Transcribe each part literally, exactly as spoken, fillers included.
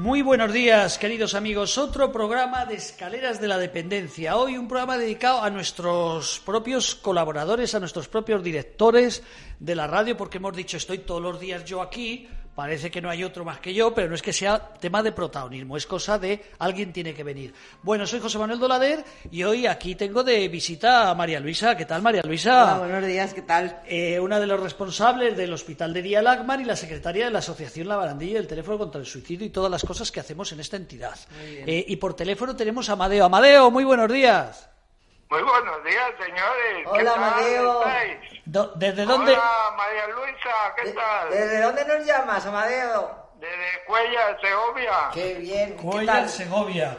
Muy buenos días, queridos amigos. Otro programa de Escaleras de la Dependencia. Hoy un programa dedicado a nuestros propios colaboradores, a nuestros propios directores de la radio, porque hemos dicho, estoy todos los días yo aquí, parece que no hay otro más que yo, pero no es que sea tema de protagonismo, es cosa de alguien tiene que venir. Bueno, soy José Manuel Dolader y hoy aquí tengo de visita a María Luisa. ¿Qué tal, María Luisa? Hola, buenos días, ¿qué tal? Eh, una de los responsables del Hospital de Día Lagman y la secretaria de la Asociación La Barandilla y el Teléfono contra el Suicidio y todas las cosas que hacemos en esta entidad. Muy bien. Eh, y por teléfono tenemos a Amadeo. Amadeo, muy buenos días. Muy buenos días, señores. Hola, ¿Qué tal Amadeo. estáis? Do- ¿Desde dónde? Hola, María Luisa, ¿qué ¿De- tal? ¿Desde dónde nos llamas, Amadeo? Desde Cuellar, Segovia. Qué bien, ¿qué Cuellar, tal? Segovia.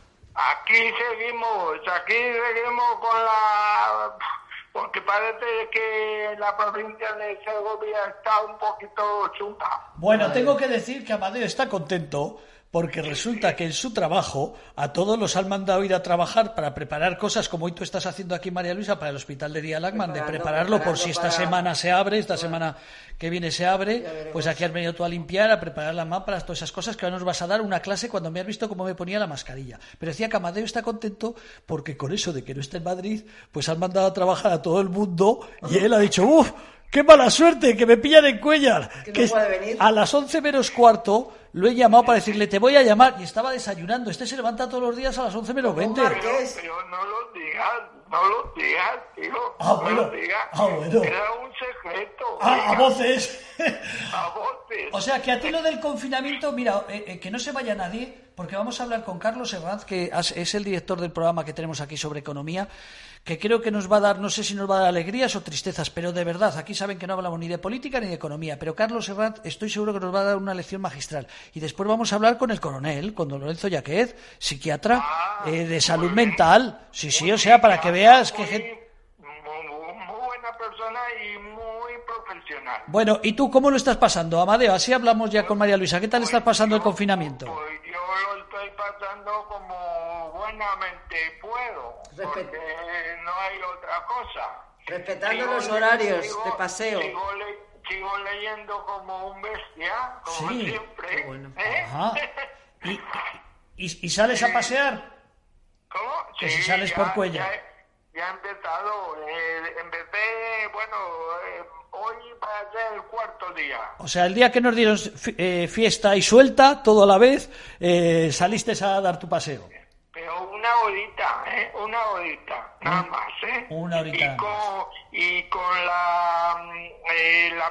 Aquí seguimos, aquí seguimos con la... Porque parece que la provincia de Segovia está un poquito chunga. Bueno, tengo que decir que Amadeo está contento porque resulta que en su trabajo a todos los han mandado ir a trabajar para preparar cosas como hoy tú estás haciendo aquí, María Luisa, para el Hospital de Día Lagman, de Preparando, prepararlo por si esta preparando para- semana se abre, esta Bueno. semana que viene se abre, veremos. pues aquí has venido tú a limpiar, a preparar las mamparas, todas esas cosas que ahora nos vas a dar una clase cuando me has visto cómo me ponía la mascarilla. Pero decía que Amadeo está contento porque con eso de que no está en Madrid, pues han mandado a trabajar a todo el mundo y él ha dicho, uff, ¡qué mala suerte! ¡Que me pillan en Cuellar! Que no puede venir. A las once menos cuarto lo he llamado para decirle, te voy a llamar, y estaba desayunando. Este se levanta todos los días a las once menos veinte. Marqués. Pero, ¿Qué es? pero no lo digas, no lo digas, tío. Ah, no bueno. lo digas. Ah, bueno. Era un secreto. Ah, a venga, voces. a voces. O sea, que a ti lo del confinamiento, mira, eh, eh, que no se vaya nadie, porque vamos a hablar con Carlos Herranz, que as- es el director del programa que tenemos aquí sobre economía, que creo que nos va a dar, no sé si nos va a dar alegrías o tristezas, pero de verdad, aquí saben que no hablamos ni de política ni de economía, pero Carlos Herranz estoy seguro que nos va a dar una lección magistral. Y después vamos a hablar con el coronel, con don Lorenzo Yaquez, psiquiatra Ah, eh, de muy salud bien. mental. Sí, sí, o sea, para que veas que... Muy, gen- muy, muy buena persona y muy profesional. Bueno, ¿y tú cómo lo estás pasando, Amadeo? Así hablamos ya con María Luisa. ¿Qué tal estás pasando el Yo- confinamiento? Pues yo lo estoy pasando como buenamente puedo, Respet- porque no hay otra cosa. Respetando Sigo los le- horarios sigo- de paseo. Sigo, le- sigo leyendo como un bestia, como Sí, siempre. qué bueno. ¿eh? Ajá. ¿Y, y, y sales a pasear? ¿Cómo? Que si sales por Cuellar. Ya, ya he empezado. Eh, empecé, bueno, eh, hoy va a ser el cuarto día. O sea, el día que nos dieron fi- eh, fiesta y suelta, todo a la vez, eh, saliste a dar tu paseo. Pero una horita, ¿eh? Una horita, nada más, ¿eh? una horita Y nada con, y con la, mm, eh, la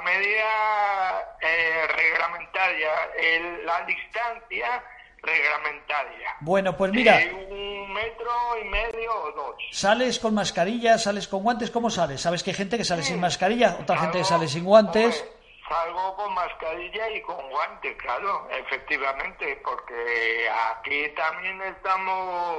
medida eh, reglamentaria, el- la distancia reglamentaria. Bueno, pues mira, De un metro y medio o dos. sales con mascarilla, sales con guantes, ¿cómo sales? ¿Sabes que hay gente que sale sin Sí. mascarilla, otra gente que Salgo- sale sin guantes? hombre, salgo con mascarilla y con guantes, claro, efectivamente, porque aquí también estamos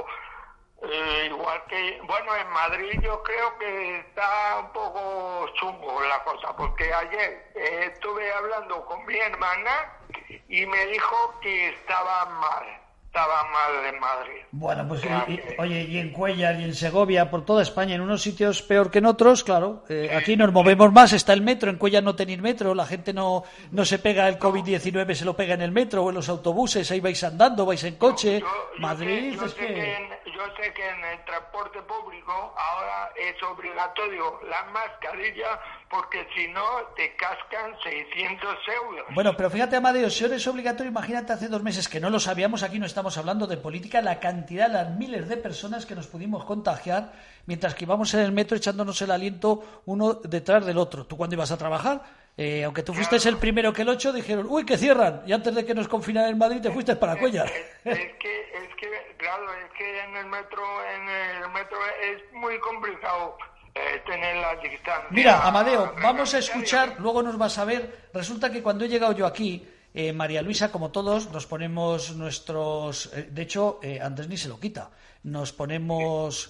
eh, igual que, bueno, en Madrid yo creo que está un poco chungo la cosa, porque ayer eh, estuve hablando con mi hermana y me dijo que estaba mal, estaba mal en Madrid. Bueno, pues O sea y- y- que- oye, y en Cuellar y en Segovia, por toda España, en unos sitios peor que en otros, claro, eh, aquí nos movemos más, está el metro, en Cuellar no tenéis metro, la gente no, no se pega el COVID diecinueve, se lo pega en el metro o en los autobuses, ahí vais andando, vais en coche, Yo- yo Madrid, sé, yo es sé que... en, yo sé que en el transporte público ahora es obligatorio la mascarilla porque si no te cascan seiscientos euros. Bueno, pero fíjate, Amadeo, si ahora es obligatorio, imagínate hace dos meses que no lo sabíamos, aquí no estamos hablando de política, la cantidad, las miles de personas que nos pudimos contagiar mientras que íbamos en el metro echándonos el aliento uno detrás del otro. ¿Tú cuando ibas a trabajar? Eh, aunque tú fuiste el primero que el ocho, dijeron, uy, que cierran, y antes de que nos confinaran en Madrid te fuiste para Cuellar. Es, es que, es que, claro, es que en el metro, en el metro es muy complicado eh, tener la distancia. Mira, Amadeo, vamos a reglamentaria. escuchar, luego nos vas a ver. Resulta que cuando he llegado yo aquí, eh, María Luisa, como todos, nos ponemos nuestros... eh, de hecho, eh, Andrés ni se lo quita. Nos ponemos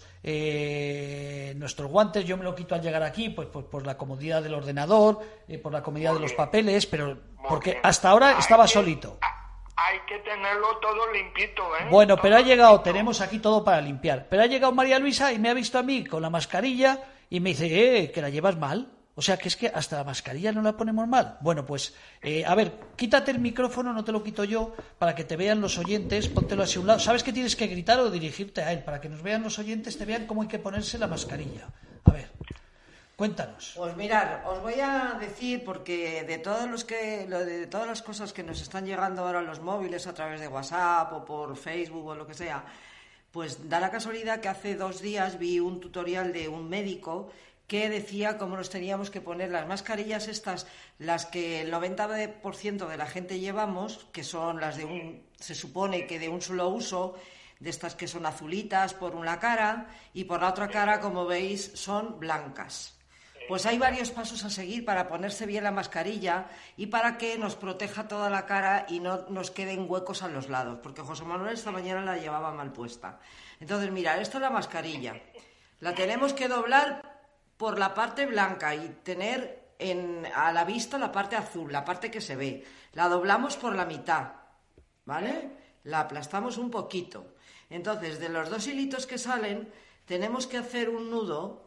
eh, nuestros guantes, yo me lo quito al llegar aquí, pues, pues por la comodidad del ordenador, eh, por la comodidad Muy de los bien. papeles, pero Muy porque bien. hasta ahora Hay estaba que- solito. Hay que tenerlo todo limpito, ¿eh? Bueno, pero ha Todo llegado, limpito. tenemos aquí todo para limpiar. Pero ha llegado María Luisa y me ha visto a mí con la mascarilla y me dice, eh, que la llevas mal. O sea, que es que hasta la mascarilla no la ponemos mal. Bueno, pues, eh, a ver, quítate el micrófono, no te lo quito yo, para que te vean los oyentes, póntelo así a un lado. ¿Sabes que tienes que gritar o dirigirte a él? Para que nos vean los oyentes, te vean cómo hay que ponerse la mascarilla. A ver, cuéntanos. Pues mirad, os voy a decir, porque de todos los que, lo de todas las cosas que nos están llegando ahora a los móviles a través de WhatsApp o por Facebook o lo que sea, pues da la casualidad que hace dos días vi un tutorial de un médico que decía cómo nos teníamos que poner las mascarillas estas, las que el noventa por ciento de la gente llevamos, que son las de un, se supone que de un solo uso, de estas que son azulitas por una cara y por la otra cara, como veis, son blancas. Pues hay varios pasos a seguir para ponerse bien la mascarilla y para que nos proteja toda la cara y no nos queden huecos a los lados, porque José Manuel esta mañana la llevaba mal puesta. Entonces, mirad, esta es la mascarilla. La tenemos que doblar por la parte blanca y tener en, a la vista la parte azul, la parte que se ve. La doblamos por la mitad, ¿vale? La aplastamos un poquito. Entonces, de los dos hilitos que salen, tenemos que hacer un nudo.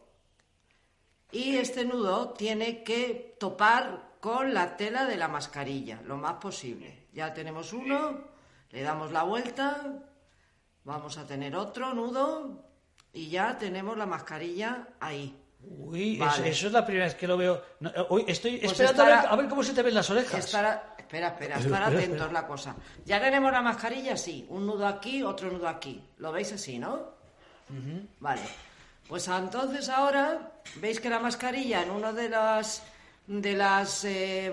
Y este nudo tiene que topar con la tela de la mascarilla, lo más posible. Ya tenemos uno, le damos la vuelta, vamos a tener otro nudo y ya tenemos la mascarilla ahí. Uy, Vale. eso, eso es la primera vez que lo veo. No, uy, estoy Pues esperando estará- a, ver, a ver cómo se te ven las orejas. Estará- espera, espera, Espera, estar espera, atentos espera. la cosa. Ya tenemos la mascarilla así, un nudo aquí, otro nudo aquí. ¿Lo veis así, no? Uh-huh. Vale. Pues entonces ahora veis que la mascarilla en una de las de las eh,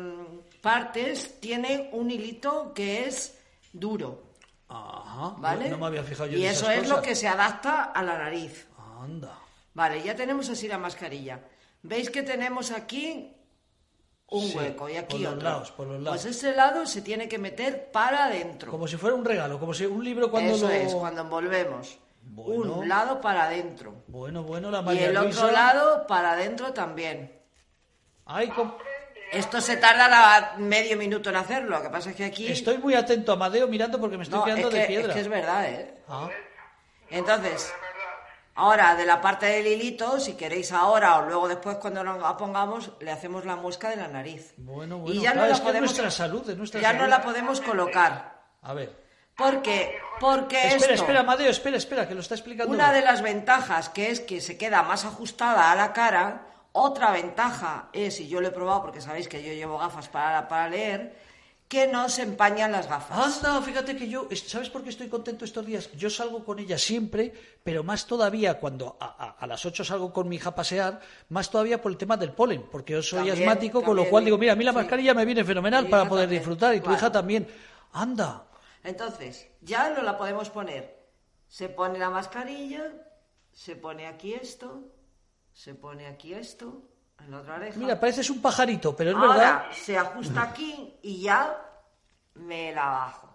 partes tiene un hilito que es duro, Ajá, ¿vale? no, no me había fijado yo y en eso esas es cosas. lo que se adapta a la nariz. Anda. Vale, ya tenemos así la mascarilla. ¿Veis que tenemos aquí un Sí, hueco y aquí por los otro? lados, por los lados. Pues ese lado se tiene que meter para adentro. Como si fuera un regalo, como si un libro cuando Eso lo... es, cuando envolvemos. Bueno. Un lado para adentro. Bueno, bueno, la Y María el Luisa... otro lado para adentro también. Ay, com- Esto se tarda la- medio minuto en hacerlo. Lo que pasa es que aquí... Estoy muy atento a Amadeo mirando porque me estoy No, quedando es de que, piedra. es que es verdad, ¿eh? Ah, Entonces, ahora de la parte del hilito, si queréis ahora o luego después cuando nos la pongamos, le hacemos la muesca de la nariz. bueno, bueno, y ya claro, no la es que es podemos, nuestra salud, es nuestra ya salud. no la podemos colocar. A ver. Porque, porque Espera, esto, espera, Amadeo, espera, espera, que lo está explicando. una él. de las ventajas que es que se queda más ajustada a la cara, otra ventaja es, y yo lo he probado porque sabéis que yo llevo gafas para, para leer, que no se empañan las gafas. Anda, fíjate que yo, ¿sabes por qué estoy contento estos días? Yo salgo con ella siempre, pero más todavía cuando a, a- a las ocho salgo con mi hija a pasear, más todavía por el tema del polen, porque yo soy También, asmático, con lo también, cual digo, mira, a mí la sí. mascarilla me viene fenomenal Mi para hija poder también, disfrutar, y tu claro. hija también. Anda. Entonces, ya no la podemos poner. Se pone la mascarilla, se pone aquí esto, se pone aquí esto, en la otra oreja. Mira, pareces un pajarito, pero es Ahora verdad. se ajusta aquí y ya me la bajo.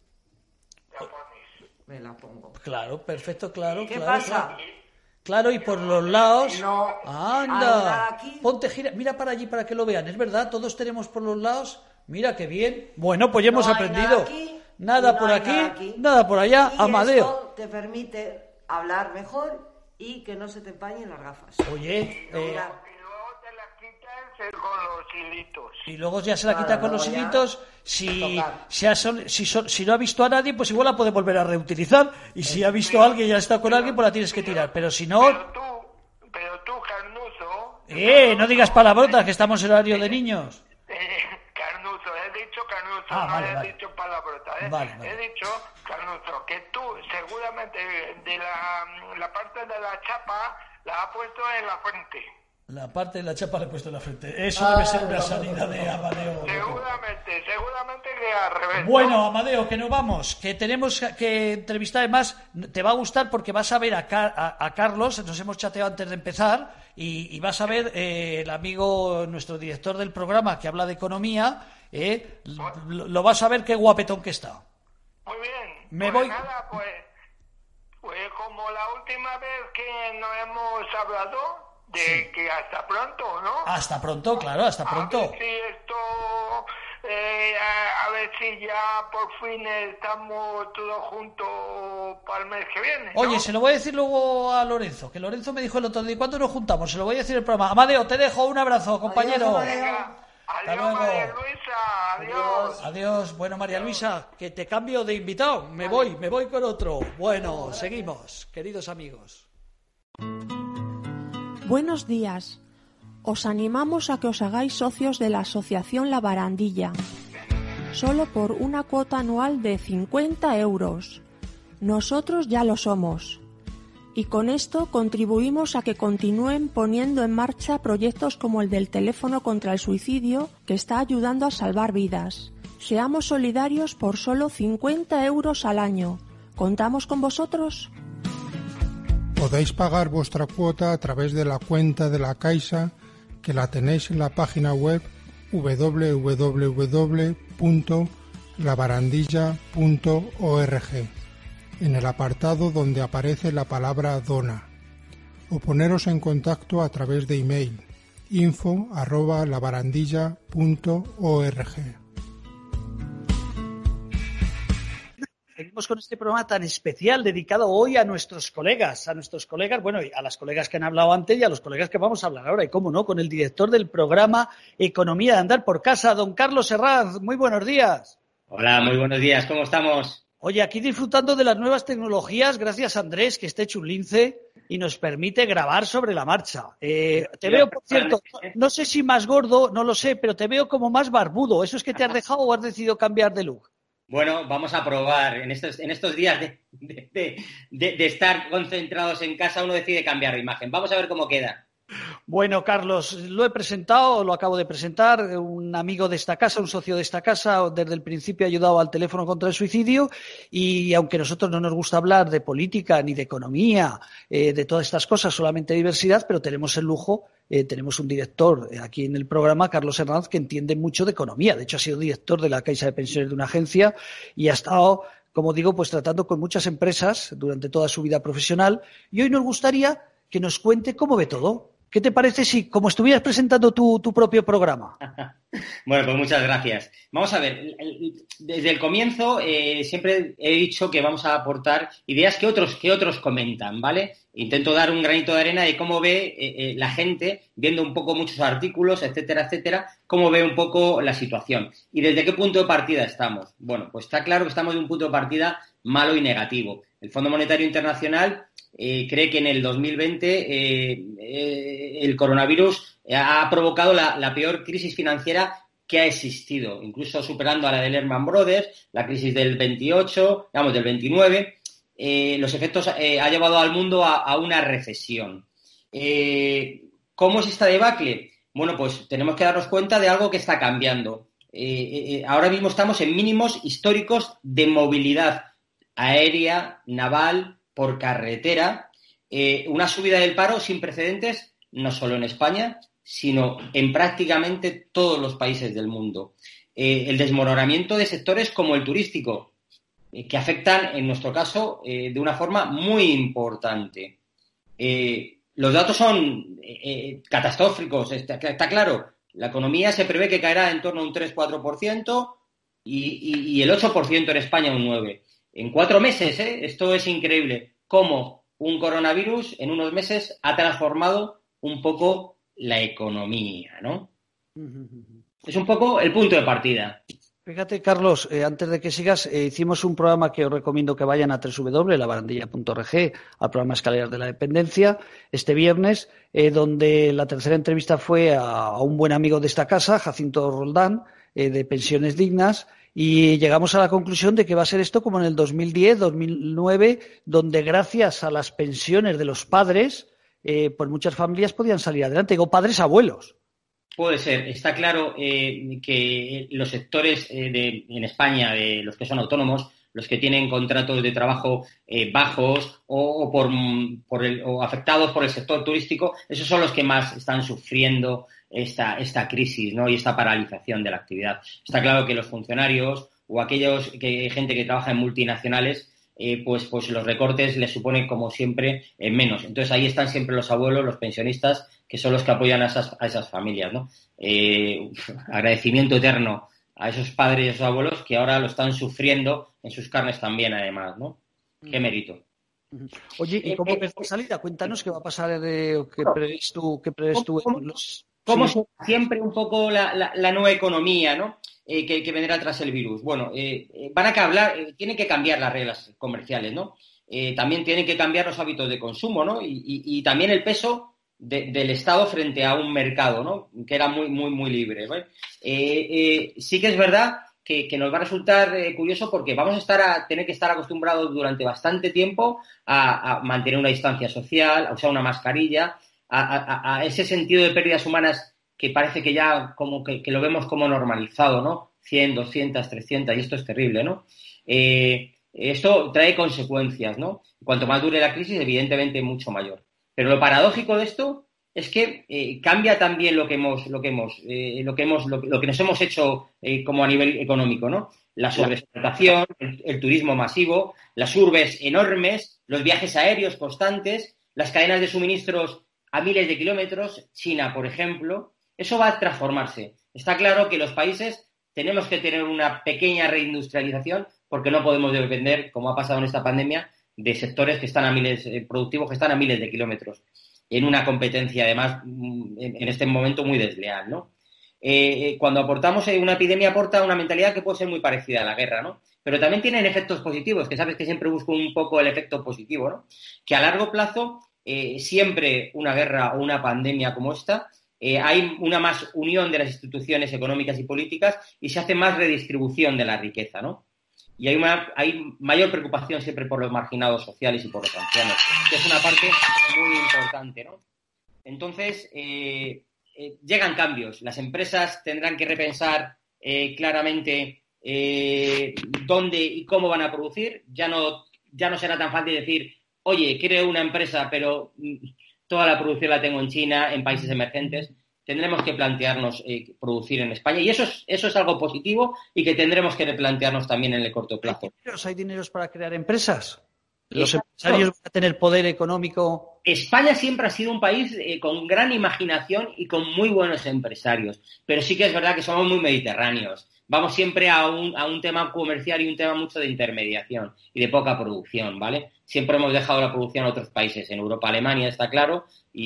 Me la pongo. Claro, perfecto, claro. ¿Qué claro, pasa? Claro. Claro, y por los lados. No. Anda. Ahora aquí. Ponte, gira, mira para allí para que lo vean. Es verdad, todos tenemos por los lados. Mira qué bien. Bueno, pues ya hemos No hay aprendido. nada aquí, Nada no por hay aquí, nada aquí. nada por allá. Y Amadeo. esto te permite hablar mejor y que no se te empañen las gafas. Oye, eh, Mira. Y luego te la quitas con los hilitos. y luego ya se la Claro, quita con luego los ya hilitos. Si, tocar. si, ha sol- si, sol- si no ha visto a nadie, pues igual la puede volver a reutilizar. Y si ha visto a alguien y ha estado con alguien, pues la tienes que tirar. Pero si no, Pero tú, pero tú, Carnuzo... eh, no digas palabrotas, que estamos en horario de niños. Eh, Carnuzo, he dicho Carnuzo, Ah, no vale, he vale. dicho palabrota, ¿eh? Vale, vale. He dicho, Carnuzo, que tú seguramente de la, la parte de la chapa la has puesto en la frente. La parte de la chapa le he puesto en la frente. Eso debe ser una salida de Amadeo. Seguramente, seguramente que al revés. Bueno, ¿no? Amadeo, que nos vamos, que tenemos que entrevistar. Además, te va a gustar porque vas a ver a, Car- a- a Carlos, nos hemos chateado antes de empezar, y, y vas a ver eh, el amigo, nuestro director del programa, que habla de economía, eh, lo, lo vas a ver qué guapetón que está. Muy bien. Me pues voy- nada, pues, pues como la última vez que nos hemos hablado, de que hasta pronto, ¿no? Hasta pronto, claro, hasta A pronto. ver si esto, eh, a, a ver ver si ya por fin estamos todos juntos para el mes que viene, ¿no? Oye, se lo voy a decir luego a Lorenzo, que Lorenzo me dijo el otro día, ¿cuándo nos juntamos? Se lo voy a decir el programa. Amadeo, te dejo, un abrazo, compañero. Adiós, Venga, Hasta adiós, luego. María Luisa, adiós. Adiós. Bueno, María Luisa, que te cambio de invitado. Me voy, me voy con otro. Bueno, seguimos, queridos amigos. Buenos días. Os animamos a que os hagáis socios de la Asociación La Barandilla, solo por una cuota anual de cincuenta euros. Nosotros ya lo somos. Y con esto contribuimos a que continúen poniendo en marcha proyectos como el del teléfono contra el suicidio, que está ayudando a salvar vidas. Seamos solidarios por solo cincuenta euros al año. ¿Contamos con vosotros? Podéis pagar vuestra cuota a través de la cuenta de la Caixa, que la tenéis en la página web doble u doble u doble u punto la barandilla punto org, en el apartado donde aparece la palabra dona, o poneros en contacto a través de email info arroba la barandilla punto org. Seguimos con este programa tan especial dedicado hoy a nuestros colegas, a nuestros colegas, bueno, y a las colegas que han hablado antes y a los colegas que vamos a hablar ahora, y cómo no, con el director del programa Economía de Andar por Casa, don Carlos Herranz. Muy buenos días. Hola, muy buenos días, ¿cómo estamos? Oye, aquí disfrutando de las nuevas tecnologías, gracias a Andrés, que está hecho un lince y nos permite grabar sobre la marcha. Eh, te veo, por cierto, no sé si más gordo, no lo sé, pero te veo como más barbudo. ¿Eso es que te has dejado o has decidido cambiar de look? Bueno, vamos a probar. En estos, en estos días de, de, de, de, de estar concentrados en casa, uno decide cambiar de imagen. Vamos a ver cómo queda. Bueno, Carlos, lo he presentado, lo acabo de presentar, un amigo de esta casa, un socio de esta casa, desde el principio ha ayudado al teléfono contra el suicidio, y aunque a nosotros no nos gusta hablar de política ni de economía, eh, de todas estas cosas, solamente diversidad, pero tenemos el lujo, eh, tenemos un director aquí en el programa, Carlos Herranz, que entiende mucho de economía. De hecho, ha sido director de la Caixa de Pensiones de una agencia y ha estado, como digo, pues tratando con muchas empresas durante toda su vida profesional, y hoy nos gustaría que nos cuente cómo ve todo. ¿Qué te parece si, como estuvieras presentando tu, tu propio programa? Bueno, pues muchas gracias. Vamos a ver, desde el comienzo eh, siempre he dicho que vamos a aportar ideas que otros, que otros comentan, ¿vale? Intento dar un granito de arena de cómo ve eh, eh, la gente, viendo un poco muchos artículos, etcétera, etcétera, cómo ve un poco la situación. ¿Y desde qué punto de partida estamos? Bueno, pues está claro que estamos de un punto de partida malo y negativo. El Fondo Monetario Internacional Eh, cree que en el dos mil veinte eh, eh, el coronavirus ha provocado la, la peor crisis financiera que ha existido, incluso superando a la de Lehman Brothers, la crisis del veintiocho, digamos del veintinueve. Eh, los efectos eh, ha llevado al mundo a, a una recesión. Eh, ¿Cómo es esta debacle? Bueno, pues tenemos que darnos cuenta de algo que está cambiando. Eh, eh, ahora mismo estamos en mínimos históricos de movilidad aérea, naval, por carretera, eh, una subida del paro sin precedentes, no solo en España, sino en prácticamente todos los países del mundo. Eh, el desmoronamiento de sectores como el turístico, eh, que afectan, en nuestro caso, eh, de una forma muy importante. Eh, los datos son eh, catastróficos, está, está claro. La economía se prevé que caerá en torno a un tres a cuatro por ciento y, y, y el ocho por ciento en España un nueve por ciento. En cuatro meses, ¿eh? Esto es increíble. Cómo un coronavirus en unos meses ha transformado un poco la economía, ¿no? Es un poco el punto de partida. Fíjate, Carlos, eh, antes de que sigas, eh, hicimos un programa que os recomiendo que vayan a doble u doble u doble u punto la barandilla punto org, al programa Escaleras de la Dependencia, este viernes, eh, donde la tercera entrevista fue a, a un buen amigo de esta casa, Jacinto Roldán, eh, de Pensiones Dignas, y llegamos a la conclusión de que va a ser esto como en el dos mil diez, dos mil nueve, donde gracias a las pensiones de los padres, eh, pues muchas familias podían salir adelante, digo, padres abuelos. Puede ser. Está claro eh, que los sectores eh, de, en España, de los que son autónomos, los que tienen contratos de trabajo eh, bajos o, o, por, por el, o afectados por el sector turístico, esos son los que más están sufriendo esta, esta crisis, ¿no? Y esta paralización de la actividad. Está claro que los funcionarios o aquellos que gente que trabaja en multinacionales, eh, pues, pues los recortes les suponen, como siempre, eh, menos. Entonces ahí están siempre los abuelos, los pensionistas, que son los que apoyan a esas, a esas familias, ¿no? Eh, agradecimiento eterno a esos padres y esos abuelos que ahora lo están sufriendo en sus carnes también, además, ¿no? Qué mérito. Oye, ¿y cómo ves la salida? Cuéntanos qué va a pasar, de, qué prevés tú, qué prevés tú en los... ¿Cómo sí. será siempre un poco la, la, la nueva economía, ¿no? Eh, que, que vendrá tras el virus. Bueno, eh, van a que hablar, eh, tienen que cambiar las reglas comerciales, ¿no? Eh, también tienen que cambiar los hábitos de consumo, ¿no? Y, y, y también el peso de, del Estado frente a un mercado, ¿no? Que era muy, muy, muy libre, ¿no? Eh, eh, sí que es verdad que, que nos va a resultar eh, curioso porque vamos a estar a tener que estar acostumbrados durante bastante tiempo a, a mantener una distancia social, a usar una mascarilla, a, a, a ese sentido de pérdidas humanas que parece que ya como que, que lo vemos como normalizado, ¿no? cien, doscientas, trescientas, y esto es terrible, ¿no? Eh, esto trae consecuencias, ¿no? Cuanto más dure la crisis, evidentemente mucho mayor. Pero lo paradójico de esto es que eh, cambia también lo que hemos, lo que hemos, eh, lo que hemos, lo, lo que nos hemos hecho eh, como a nivel económico, ¿no? La sobreexplotación, el, el turismo masivo, las urbes enormes, los viajes aéreos constantes, las cadenas de suministros a miles de kilómetros, China, por ejemplo, eso va a transformarse. Está claro que los países tenemos que tener una pequeña reindustrialización porque no podemos depender, como ha pasado en esta pandemia, de sectores que están a miles, eh, productivos que están a miles de kilómetros, en una competencia, además, en, en este momento muy desleal, ¿no? Eh, cuando aportamos, eh, una epidemia aporta una mentalidad que puede ser muy parecida a la guerra, ¿no? Pero también tienen efectos positivos, que sabes que siempre busco un poco el efecto positivo, ¿no? Que a largo plazo, eh, siempre una guerra o una pandemia como esta, eh, hay una más unión de las instituciones económicas y políticas y se hace más redistribución de la riqueza, ¿no? Y hay, una, hay mayor preocupación siempre por los marginados sociales y por los ancianos, que es una parte muy importante, ¿no? Entonces, eh, eh, llegan cambios. Las empresas tendrán que repensar eh, claramente eh, dónde y cómo van a producir. Ya no, ya no será tan fácil decir, oye, creo una empresa, pero toda la producción la tengo en China, en países emergentes. Tendremos que plantearnos eh, producir en España y eso es, eso es algo positivo y que tendremos que replantearnos también en el corto plazo. ¿Hay dineros, hay dineros para crear empresas? ¿Los empresarios van a tener poder económico? España siempre ha sido un país eh, con gran imaginación y con muy buenos empresarios, pero sí que es verdad que somos muy mediterráneos. Vamos siempre a un, a un tema comercial y un tema mucho de intermediación y de poca producción, ¿vale? Siempre hemos dejado la producción a otros países. En Europa, Alemania, está claro,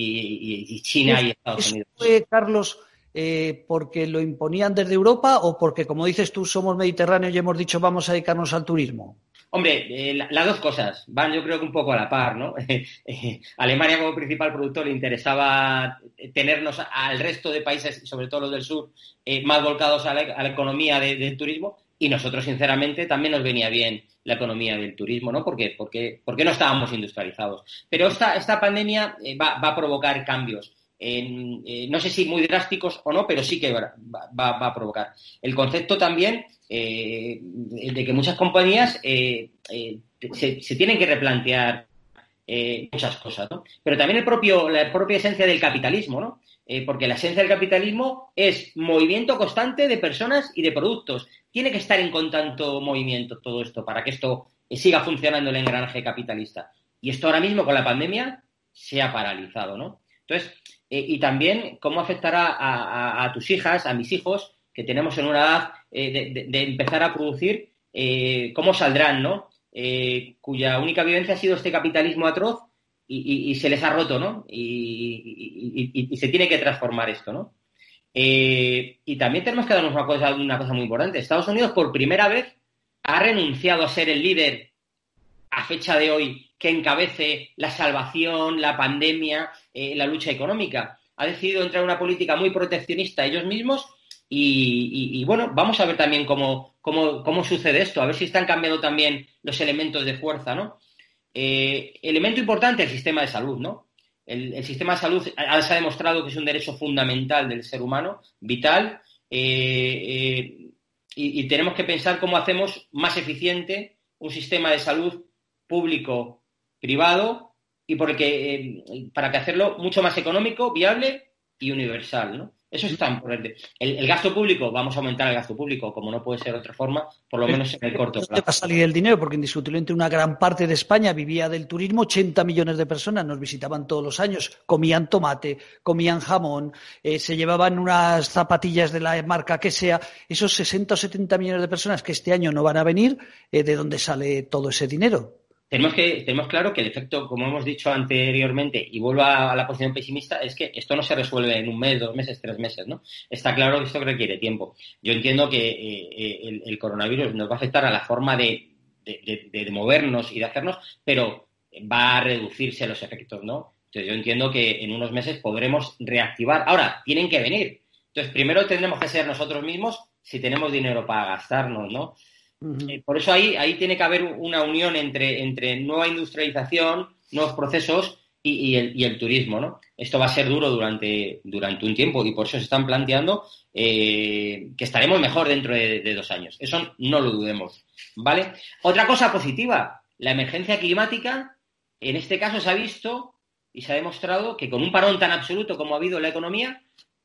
y, y, y China y Estados Unidos. ¿Eso fue, Carlos, eh, porque lo imponían desde Europa o porque, como dices tú, somos mediterráneos y hemos dicho vamos a dedicarnos al turismo? Hombre, eh, la, las dos cosas van, yo creo que un poco a la par, ¿no? Alemania, como principal productor, le interesaba tenernos al resto de países, sobre todo los del sur, eh, más volcados a la, a la economía de, del turismo, y nosotros, sinceramente, también nos venía bien la economía del turismo, ¿no? Porque, porque, porque no estábamos industrializados. Pero esta, esta pandemia eh, va, va a provocar cambios. En, eh, no sé si muy drásticos o no, pero sí que va, va, va a provocar. El concepto también eh, de que muchas compañías eh, eh, se, se tienen que replantear eh, muchas cosas, ¿no? Pero también el propio, la propia esencia del capitalismo, ¿no? Eh, porque la esencia del capitalismo es movimiento constante de personas y de productos. Tiene que estar en constante movimiento todo esto para que esto eh, siga funcionando el engranaje capitalista. Y esto ahora mismo con la pandemia se ha paralizado, ¿no? Entonces, eh, y también cómo afectará a, a, a tus hijas, a mis hijos, que tenemos en una edad eh, de, de, de empezar a producir, eh, cómo saldrán, ¿no? Eh, cuya única vivencia ha sido este capitalismo atroz y, y, y se les ha roto, ¿no? Y, y, y, y se tiene que transformar esto, ¿no? Eh, y también tenemos que darnos una cosa, una cosa muy importante. Estados Unidos, por primera vez, ha renunciado a ser el líder a fecha de hoy que encabece la salvación, la pandemia, eh, la lucha económica. Ha decidido entrar en una política muy proteccionista ellos mismos y, y, y bueno, vamos a ver también cómo, cómo, cómo sucede esto, a ver si están cambiando también los elementos de fuerza, ¿no? Eh, elemento importante, el sistema de salud, ¿no? El, el sistema de salud se ha demostrado que es un derecho fundamental del ser humano, vital, eh, eh, y, y tenemos que pensar cómo hacemos más eficiente un sistema de salud público, privado, y porque, eh, para que hacerlo mucho más económico, viable y universal, ¿no? Eso está importante. El, el gasto público, vamos a aumentar el gasto público, como no puede ser de otra forma, por lo menos en el corto plazo. ¿Dónde va a salir el dinero? Porque indiscutiblemente una gran parte de España vivía del turismo, ochenta millones de personas nos visitaban todos los años, comían tomate, comían jamón, eh, se llevaban unas zapatillas de la marca que sea. Esos sesenta o setenta millones de personas que este año no van a venir, eh, ¿de dónde sale todo ese dinero? Tenemos que tenemos claro que el efecto, como hemos dicho anteriormente, y vuelvo a, a la posición pesimista, es que esto no se resuelve en un mes, dos meses, tres meses, ¿no? Está claro que esto requiere tiempo. Yo entiendo que eh, el, el coronavirus nos va a afectar a la forma de, de, de, de movernos y de hacernos, pero va a reducirse los efectos, ¿no? Entonces yo entiendo que en unos meses podremos reactivar. Ahora, tienen que venir. Entonces primero tendremos que ser nosotros mismos si tenemos dinero para gastarnos, ¿no? Uh-huh. Por eso ahí, ahí tiene que haber una unión entre, entre nueva industrialización, nuevos procesos y, y, el, y el turismo, ¿no? Esto va a ser duro durante, durante un tiempo y por eso se están planteando eh, que estaremos mejor dentro de, de dos años. Eso no lo dudemos, ¿vale? Otra cosa positiva, la emergencia climática, en este caso se ha visto y se ha demostrado que con un parón tan absoluto como ha habido en la economía,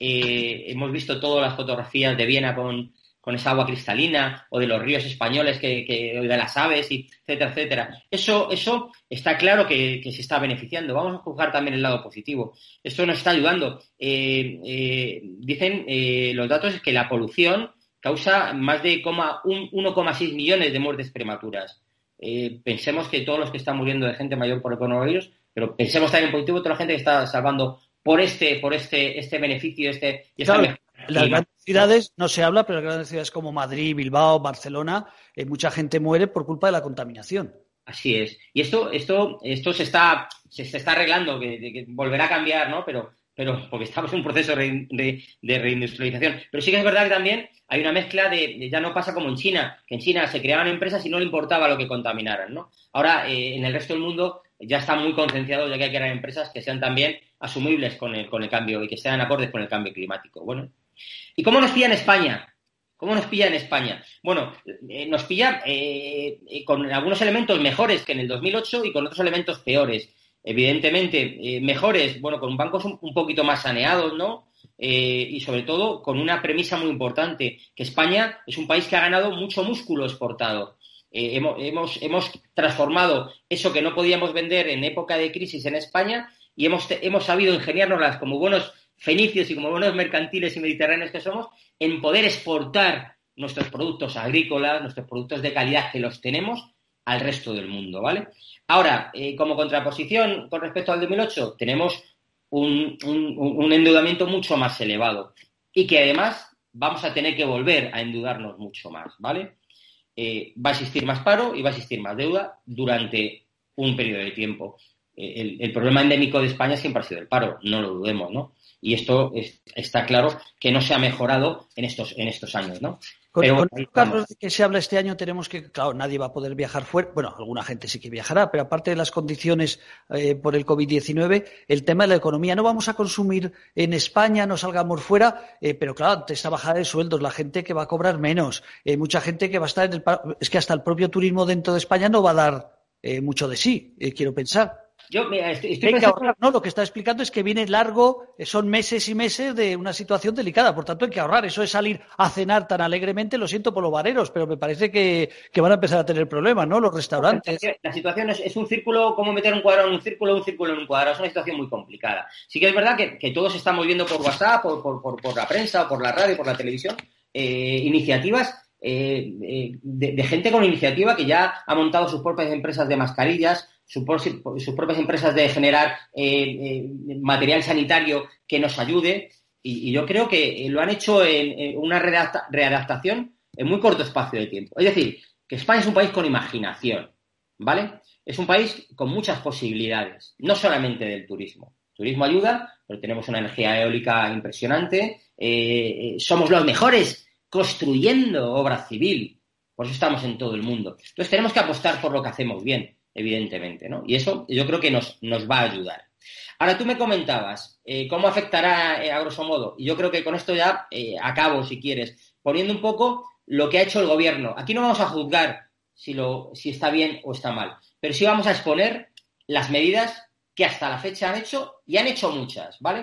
eh, hemos visto todas las fotografías de Viena con... con esa agua cristalina, o de los ríos españoles, que, que o de las aves, y etcétera, etcétera. Eso, eso está claro que, que se está beneficiando. Vamos a juzgar también el lado positivo. Esto nos está ayudando. Eh, eh, dicen eh, los datos que la polución causa más de uno coma seis millones de muertes prematuras. Eh, pensemos que todos los que están muriendo de gente mayor por el coronavirus, pero pensemos también en positivo toda la gente que está salvando por este, por este, este beneficio, este, y esta claro. Las grandes ciudades no se habla, pero en las grandes ciudades como Madrid, Bilbao, Barcelona, eh, mucha gente muere por culpa de la contaminación. Así es. Y esto, esto, esto se está, se, se está arreglando, que, que volverá a cambiar, ¿no? Pero, pero porque estamos en un proceso de, de, de reindustrialización. Pero sí que es verdad que también hay una mezcla de, de, ya no pasa como en China, que en China se creaban empresas y no le importaba lo que contaminaran, ¿no? Ahora, eh, en el resto del mundo ya están muy concienciados de que hay que crear empresas que sean también asumibles con el, con el cambio y que sean acordes con el cambio climático. Bueno. ¿Y cómo nos pilla en España? ¿Cómo nos pilla en España? Bueno, eh, nos pilla eh, eh, con algunos elementos mejores que en el dos mil ocho y con otros elementos peores. Evidentemente, eh, mejores, bueno, con bancos un, un poquito más saneados, ¿no? Eh, y sobre todo con una premisa muy importante, que España es un país que ha ganado mucho músculo exportado. Eh, hemos, hemos, hemos transformado eso que no podíamos vender en época de crisis en España y hemos, hemos sabido ingeniárnoslas como buenos fenicios y como buenos mercantiles y mediterráneos que somos, en poder exportar nuestros productos agrícolas, nuestros productos de calidad que los tenemos al resto del mundo, ¿vale? Ahora, eh, como contraposición con respecto al dos mil ocho, tenemos un, un, un endeudamiento mucho más elevado y que además vamos a tener que volver a endeudarnos mucho más, ¿vale? Eh, va a existir más paro y va a existir más deuda durante un periodo de tiempo. Eh, el, el problema endémico de España siempre ha sido el paro, no lo dudemos, ¿no? Y esto es, está claro que no se ha mejorado en estos, en estos años, ¿no? Con, Pero, con el Carlos, de que se habla este año tenemos que, claro, nadie va a poder viajar fuera, bueno, alguna gente sí que viajará, pero aparte de las condiciones eh, por el COVID diecinueve, el tema de la economía, no vamos a consumir en España, no salgamos fuera, eh, pero claro, ante esta bajada de sueldos, la gente que va a cobrar menos, eh, mucha gente que va a estar en el paro, es que hasta el propio turismo dentro de España no va a dar eh, mucho de sí, eh, quiero pensar. Yo mira, estoy, estoy Hay pensando... que ahorrar, ¿no? Lo que está explicando es que viene largo, son meses y meses de una situación delicada, por tanto hay que ahorrar. Eso es salir a cenar tan alegremente, lo siento por los bareros, pero me parece que, que van a empezar a tener problemas, ¿no? Los restaurantes. La situación es, es un círculo, como meter un cuadrado en un círculo, un círculo en un cuadrado, es una situación muy complicada. Sí que es verdad que, que todos estamos viendo por WhatsApp, por, por, por, por la prensa, o por la radio, por la televisión, eh, iniciativas eh, eh, de, de gente con iniciativa que ya ha montado sus propias empresas de mascarillas, sus propias empresas de generar eh, eh, material sanitario que nos ayude y, y yo creo que lo han hecho en, en una readapta, readaptación en muy corto espacio de tiempo. Es decir, que España es un país con imaginación, ¿vale? Es un país con muchas posibilidades, no solamente del turismo. El turismo ayuda, pero tenemos una energía eólica impresionante, eh, somos los mejores construyendo obra civil, por eso estamos en todo el mundo. Entonces tenemos que apostar por lo que hacemos bien, evidentemente, ¿no? Y eso yo creo que nos, nos va a ayudar. Ahora, tú me comentabas eh, cómo afectará eh, a grosso modo, y yo creo que con esto ya eh, acabo, si quieres, poniendo un poco lo que ha hecho el gobierno. Aquí no vamos a juzgar si, lo, si está bien o está mal, pero sí vamos a exponer las medidas que hasta la fecha han hecho, y han hecho muchas, ¿vale?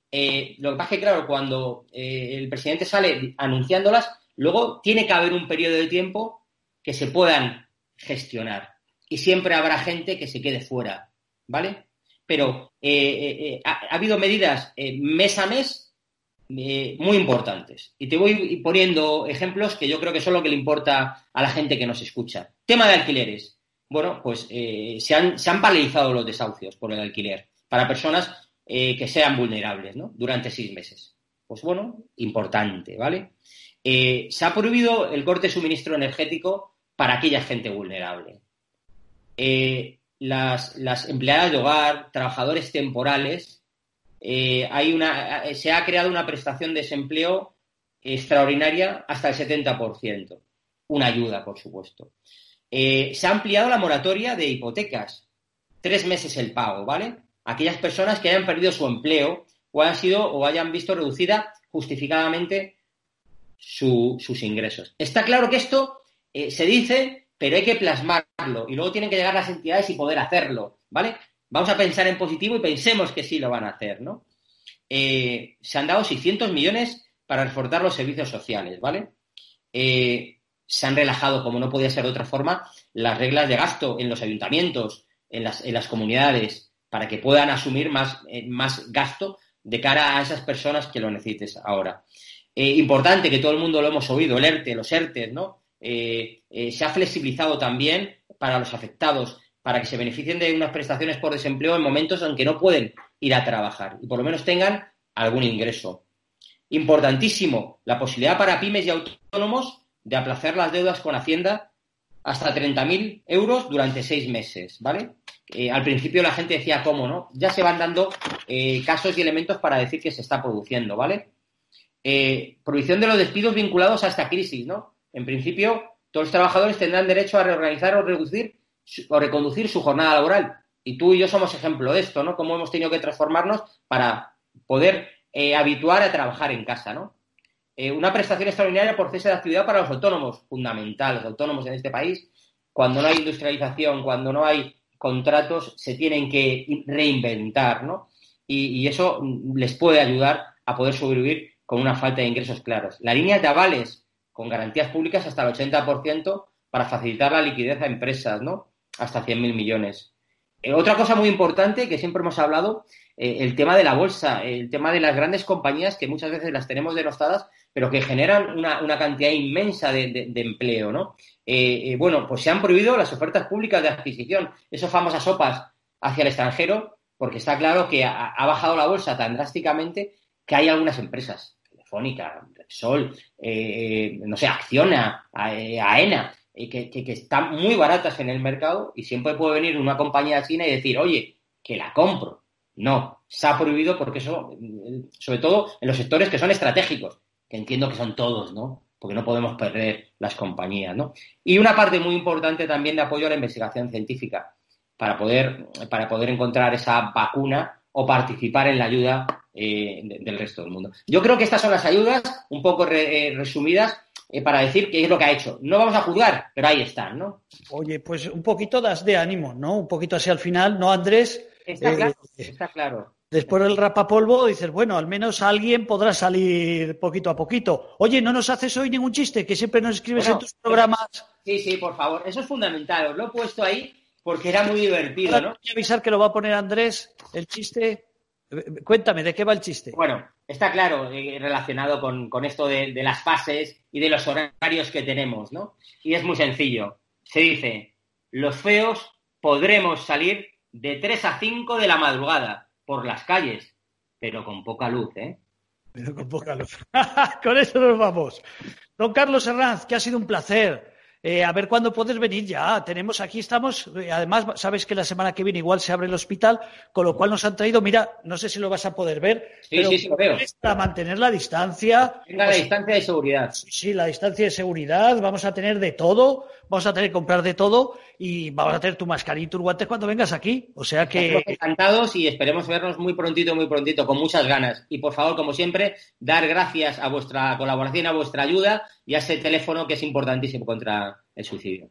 Eh, lo que pasa es que, claro, cuando eh, el presidente sale anunciándolas, luego tiene que haber un periodo de tiempo que se puedan gestionar. Y siempre habrá gente que se quede fuera, ¿vale? Pero eh, eh, ha, ha habido medidas eh, mes a mes eh, muy importantes. Y te voy poniendo ejemplos que yo creo que son lo que le importa a la gente que nos escucha. Tema de alquileres. Bueno, pues eh, se, han, se han paralizado los desahucios por el alquiler para personas eh, que sean vulnerables, ¿no? Durante seis meses. Pues bueno, importante, ¿vale? Eh, se ha prohibido el corte de suministro energético para aquella gente vulnerable. Eh, las, las empleadas de hogar, trabajadores temporales, eh, hay una, se ha creado una prestación de desempleo extraordinaria hasta el setenta por ciento. Una ayuda, por supuesto. Eh, se ha ampliado la moratoria de hipotecas. Tres meses el pago, ¿vale? Aquellas personas que hayan perdido su empleo o hayan sido o hayan visto reducida justificadamente su, sus ingresos. Está claro que esto eh, se dice, pero hay que plasmarlo y luego tienen que llegar las entidades y poder hacerlo, ¿vale? Vamos a pensar en positivo y pensemos que sí lo van a hacer, ¿no? Eh, se han dado seiscientos millones para reforzar los servicios sociales, ¿vale? Eh, se han relajado, como no podía ser de otra forma, las reglas de gasto en los ayuntamientos, en las, en las comunidades, para que puedan asumir más, eh, más gasto de cara a esas personas que lo necesites ahora. Eh, importante, que todo el mundo lo hemos oído, el ERTE, los ERTE, ¿no? Eh, eh, se ha flexibilizado también para los afectados, para que se beneficien de unas prestaciones por desempleo en momentos en que no pueden ir a trabajar y por lo menos tengan algún ingreso. Importantísimo, la posibilidad para pymes y autónomos de aplazar las deudas con Hacienda hasta treinta mil euros durante seis meses, ¿vale? Eh, al principio la gente decía, ¿cómo, no? Ya se van dando eh, casos y elementos para decir que se está produciendo, ¿vale? Eh, prohibición de los despidos vinculados a esta crisis, ¿no? En principio, todos los trabajadores tendrán derecho a reorganizar o reducir o reconducir su jornada laboral. Y tú y yo somos ejemplo de esto, ¿no? Cómo hemos tenido que transformarnos para poder eh, habituar a trabajar en casa, ¿no? Eh, una prestación extraordinaria por cese de actividad para los autónomos, fundamental. Los autónomos en este país, cuando no hay industrialización, cuando no hay contratos, se tienen que reinventar, ¿no? Y, y eso les puede ayudar a poder sobrevivir con una falta de ingresos claros. La línea de avales con garantías públicas hasta el ochenta por ciento para facilitar la liquidez a empresas, ¿no? Hasta cien mil millones. Eh, otra cosa muy importante que siempre hemos hablado, eh, el tema de la bolsa, el tema de las grandes compañías que muchas veces las tenemos denostadas, pero que generan una, una cantidad inmensa de, de, de empleo, ¿no? Eh, eh, bueno, pues se han prohibido las ofertas públicas de adquisición, esas famosas sopas hacia el extranjero, porque está claro que ha, ha bajado la bolsa tan drásticamente que hay algunas empresas, Telefónica, Repsol, eh, no sé, Acciona, AENA, eh, que, que, que están muy baratas en el mercado y siempre puede venir una compañía china y decir, oye, que la compro. No, se ha prohibido porque eso, sobre todo en los sectores que son estratégicos, que entiendo que son todos, ¿no? Porque no podemos perder las compañías, ¿no? Y una parte muy importante también de apoyo a la investigación científica para poder, para poder encontrar esa vacuna o participar en la ayuda eh, de, del resto del mundo. Yo creo que estas son las ayudas, un poco re, eh, resumidas, eh, para decir qué es lo que ha hecho. No vamos a juzgar, pero ahí están, ¿no? Oye, pues un poquito das de ánimo, ¿no? Un poquito así al final, ¿no, Andrés? Está eh, claro, está claro. Después del rapapolvo dices, bueno, al menos alguien podrá salir poquito a poquito. Oye, ¿no nos haces hoy ningún chiste? Que siempre nos escribes bueno, en tus programas. Sí, sí, por favor. Eso es fundamental. Os lo he puesto ahí porque era muy divertido, Ahora, ¿no? Voy a avisar que lo va a poner Andrés, el chiste. Cuéntame, ¿de qué va el chiste? Bueno, está claro, eh, relacionado con, con esto de, de las fases y de los horarios que tenemos, ¿no? Y es muy sencillo. Se dice, los feos podremos salir de tres a cinco de la madrugada por las calles, pero con poca luz, ¿eh? Pero con poca luz. Con eso nos vamos. Don Carlos Herranz, que ha sido un placer. Eh, a ver cuándo puedes venir ya. Tenemos aquí, estamos. Eh, además, sabes que la semana que viene igual se abre el hospital, con lo cual nos han traído, mira, no sé si lo vas a poder ver, Sí, pero sí, sí, lo veo. para mantener la distancia. Tenga la distancia de seguridad. Sí, sí, la distancia de seguridad, vamos a tener de todo, vamos a tener que comprar de todo y vamos a tener tu mascarilla y tus guantes cuando vengas aquí. O sea que... Estamos encantados y esperemos vernos muy prontito, muy prontito, con muchas ganas. Y por favor, como siempre, dar gracias a vuestra colaboración, a vuestra ayuda y a ese teléfono que es importantísimo contra el suicidio.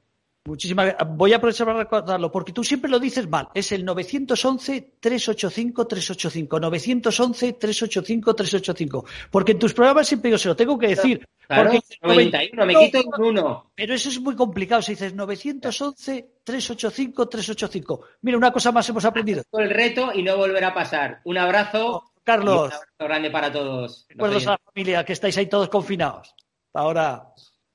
Muchísimas gracias. Voy a aprovechar para recordarlo, porque tú siempre lo dices mal. Es el nueve once, tres ochenta y cinco, trescientos ochenta y cinco. nueve once, trescientos ochenta y cinco, trescientos ochenta y cinco. Porque en tus programas siempre yo se lo tengo que decir. Claro, porque noventa y uno, me quito un uno. Pero eso es muy complicado. Si dices nueve once, trescientos ochenta y cinco, trescientos ochenta y cinco. Mira, una cosa más hemos aprendido. Todo el reto y no volverá a pasar. Un abrazo. Carlos. Un abrazo grande para todos. Recuerdos a la familia, que estáis ahí todos confinados. Hasta ahora.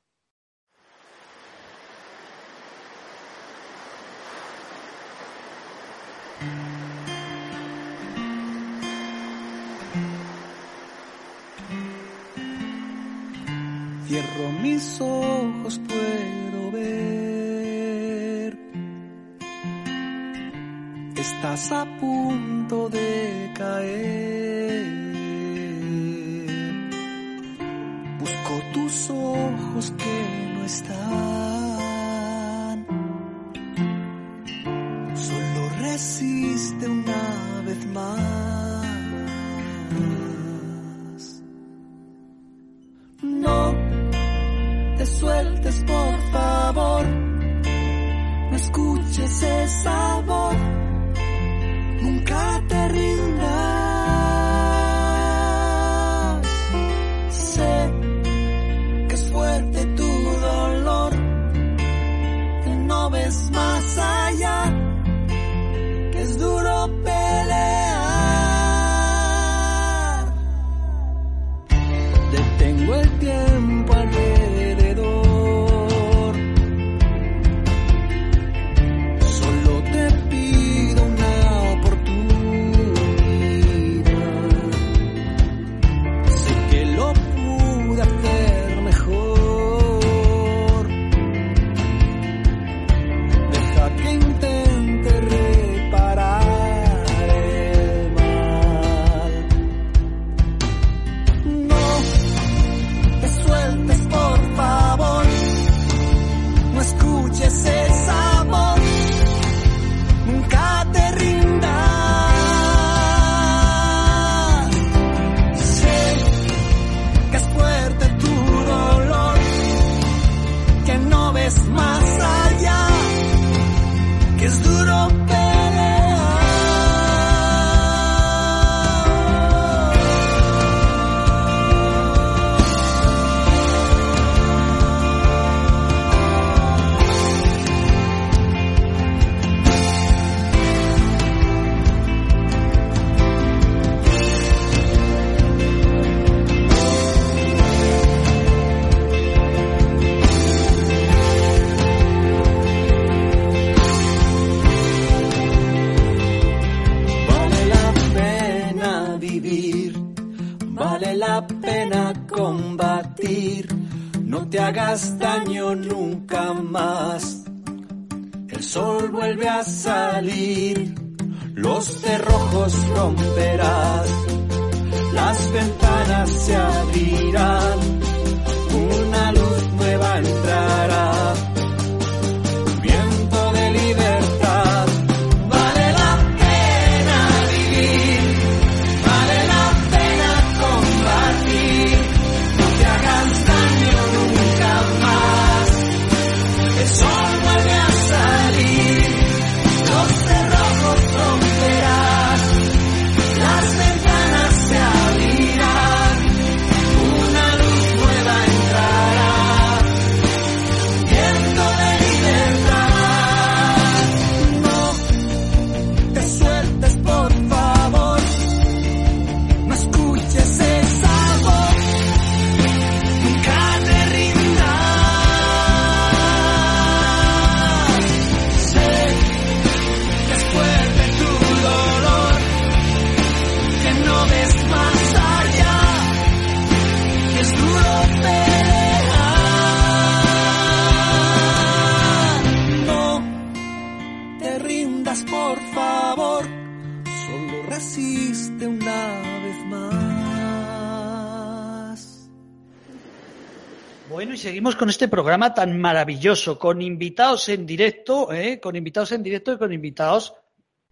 Cierro mis ojos, puedo ver. Estás a punto de caer. Busco tus ojos que no están. Solo resiste una vez más. No te sueltes, por favor, no escuches esa voz, nunca te rindas. Sé que es fuerte tu dolor, que no ves más allá, que es duro pelear. Detengo el tiempo alrededor, solo te pido una oportunidad. Sé que lo pude hacer mejor. Deja que intente reparar el mal. No te sueltes, por favor, no escuches esa voz, nunca te rindas. Sé que es fuerte tu dolor, que no ves más allá, que es duro pelear. Vale la pena vivir, vale la pena combatir, no te hagas daño nunca más. El sol vuelve a salir, los cerrojos romperás, las ventanas se abrirán, una luz nueva entrará, viento de libertad. Vale la pena vivir, vale la pena combatir, no te hagas daño nunca más. El sol vuelve a salir, los cerrojos romperás, las ventanas se abrirán, una luz nueva entrará, viento de libertad. No te sueltes, por favor, no escuches esa voz, nunca te rindas. Sé que es fuerte tu dolor, que no ves más allá, que es duro pelear. No te rindas, por favor, solo resiste una vez más. Bueno, y seguimos con este programa tan maravilloso, con invitados en directo, ¿eh? con invitados en directo y con invitados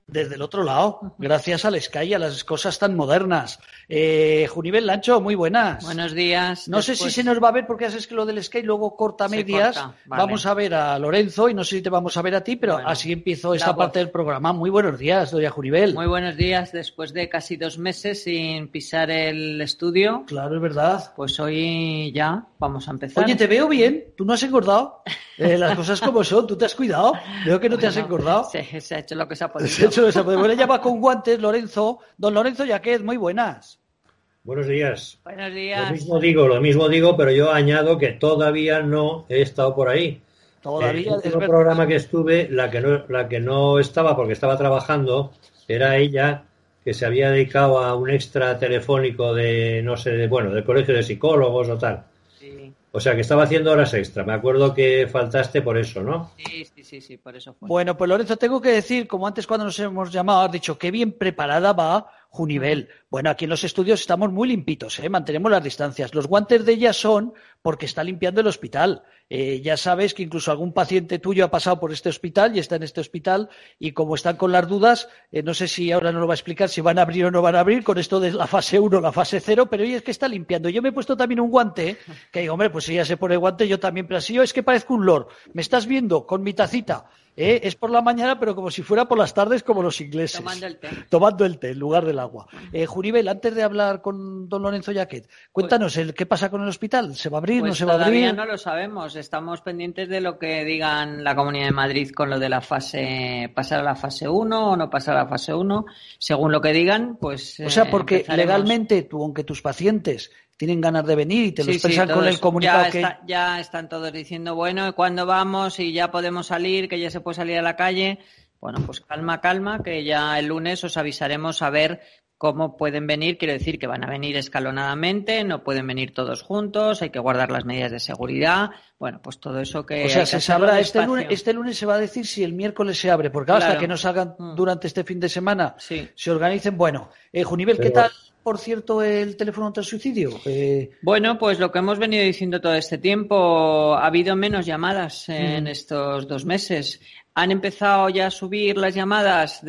Desde el otro lado, gracias al Sky y a las cosas tan modernas. Eh, Junivel Lancho, muy buenas. Buenos días. No Después... sé si se nos va a ver porque haces que lo del Sky luego corta se medias. Corta. Vale. Vamos a ver a Lorenzo y no sé si te vamos a ver a ti, pero bueno, así empiezo esta parte del programa. Muy buenos días, doña Junivel. Muy buenos días. Después de casi dos meses sin pisar el estudio. Claro, es verdad. Pues hoy ya vamos a empezar. Oye, te veo bien. ¿Tú no has engordado? Eh, las cosas como son. ¿Tú te has cuidado? Veo que no bueno, te has engordado. Se, se ha hecho lo que se ha podido. Se ha hecho lo que se ha podido. Bueno, ella va con guantes, Lorenzo. Don Lorenzo Yaquet, muy buenas. Buenos días. Buenos días. Lo mismo digo, lo mismo digo, pero yo añado que todavía no he estado por ahí. Todavía. El último programa que estuve, la que no, la que no estaba porque estaba trabajando, era ella que se había dedicado a un extra telefónico de, no sé, de, bueno, del colegio de psicólogos o tal. Sí. O sea, que estaba haciendo horas extra. Me acuerdo que faltaste por eso, ¿no? Sí, sí, sí, sí, por eso fue. Bueno, pues Lorenzo, tengo que decir, como antes cuando nos hemos llamado, has dicho qué bien preparada va Junivel. Bueno, aquí en los estudios estamos muy limpitos, ¿eh? Mantenemos las distancias. Los guantes de ella son porque está limpiando el hospital. Eh, ya sabes que incluso algún paciente tuyo ha pasado por este hospital y está en este hospital y como están con las dudas, eh, no sé si ahora nos lo va a explicar si van a abrir o no van a abrir con esto de la fase uno, la fase cero, pero ella es que está limpiando. Yo me he puesto también un guante, que digo, hombre, pues si ella se pone guante, yo también, pero así yo es que parezco un lord. ¿Me estás viendo con mi tacita? ¿Eh? Es por la mañana, pero como si fuera por las tardes, como los ingleses. Tomando el té. Tomando el té en lugar del agua. Eh, Junivel, antes de hablar con don Lorenzo Yaquet, cuéntanos, el, ¿qué pasa con el hospital? ¿Se va a abrir? Pues ¿No se va a abrir? Todavía no lo sabemos. Estamos pendientes de lo que digan la Comunidad de Madrid con lo de la fase, pasar a la fase uno o no pasar a la fase uno. Según lo que digan, pues. O sea, porque eh, empezaremos... legalmente, tú, aunque tus pacientes tienen ganas de venir y te lo sí, expresan sí, con el comunicado ya que... Está, ya están todos diciendo, bueno, ¿cuándo vamos? Y ya podemos salir, que ya se puede salir a la calle. Bueno, pues calma, calma, que ya el lunes os avisaremos a ver cómo pueden venir. Quiero decir que van a venir escalonadamente, no pueden venir todos juntos, hay que guardar las medidas de seguridad. Bueno, pues todo eso que... O sea, hay que se sabrá, este despacio. lunes, este lunes se va a decir si el miércoles se abre, porque claro, Claro. hasta que no salgan Mm. durante este fin de semana, Sí. se organicen. Bueno, eh, Junivel, ¿qué Pero- tal, por cierto, el teléfono contra el suicidio? Eh, Bueno, pues lo que hemos venido diciendo todo este tiempo, ha habido menos llamadas en Mm. estos dos meses. Han empezado ya a subir las llamadas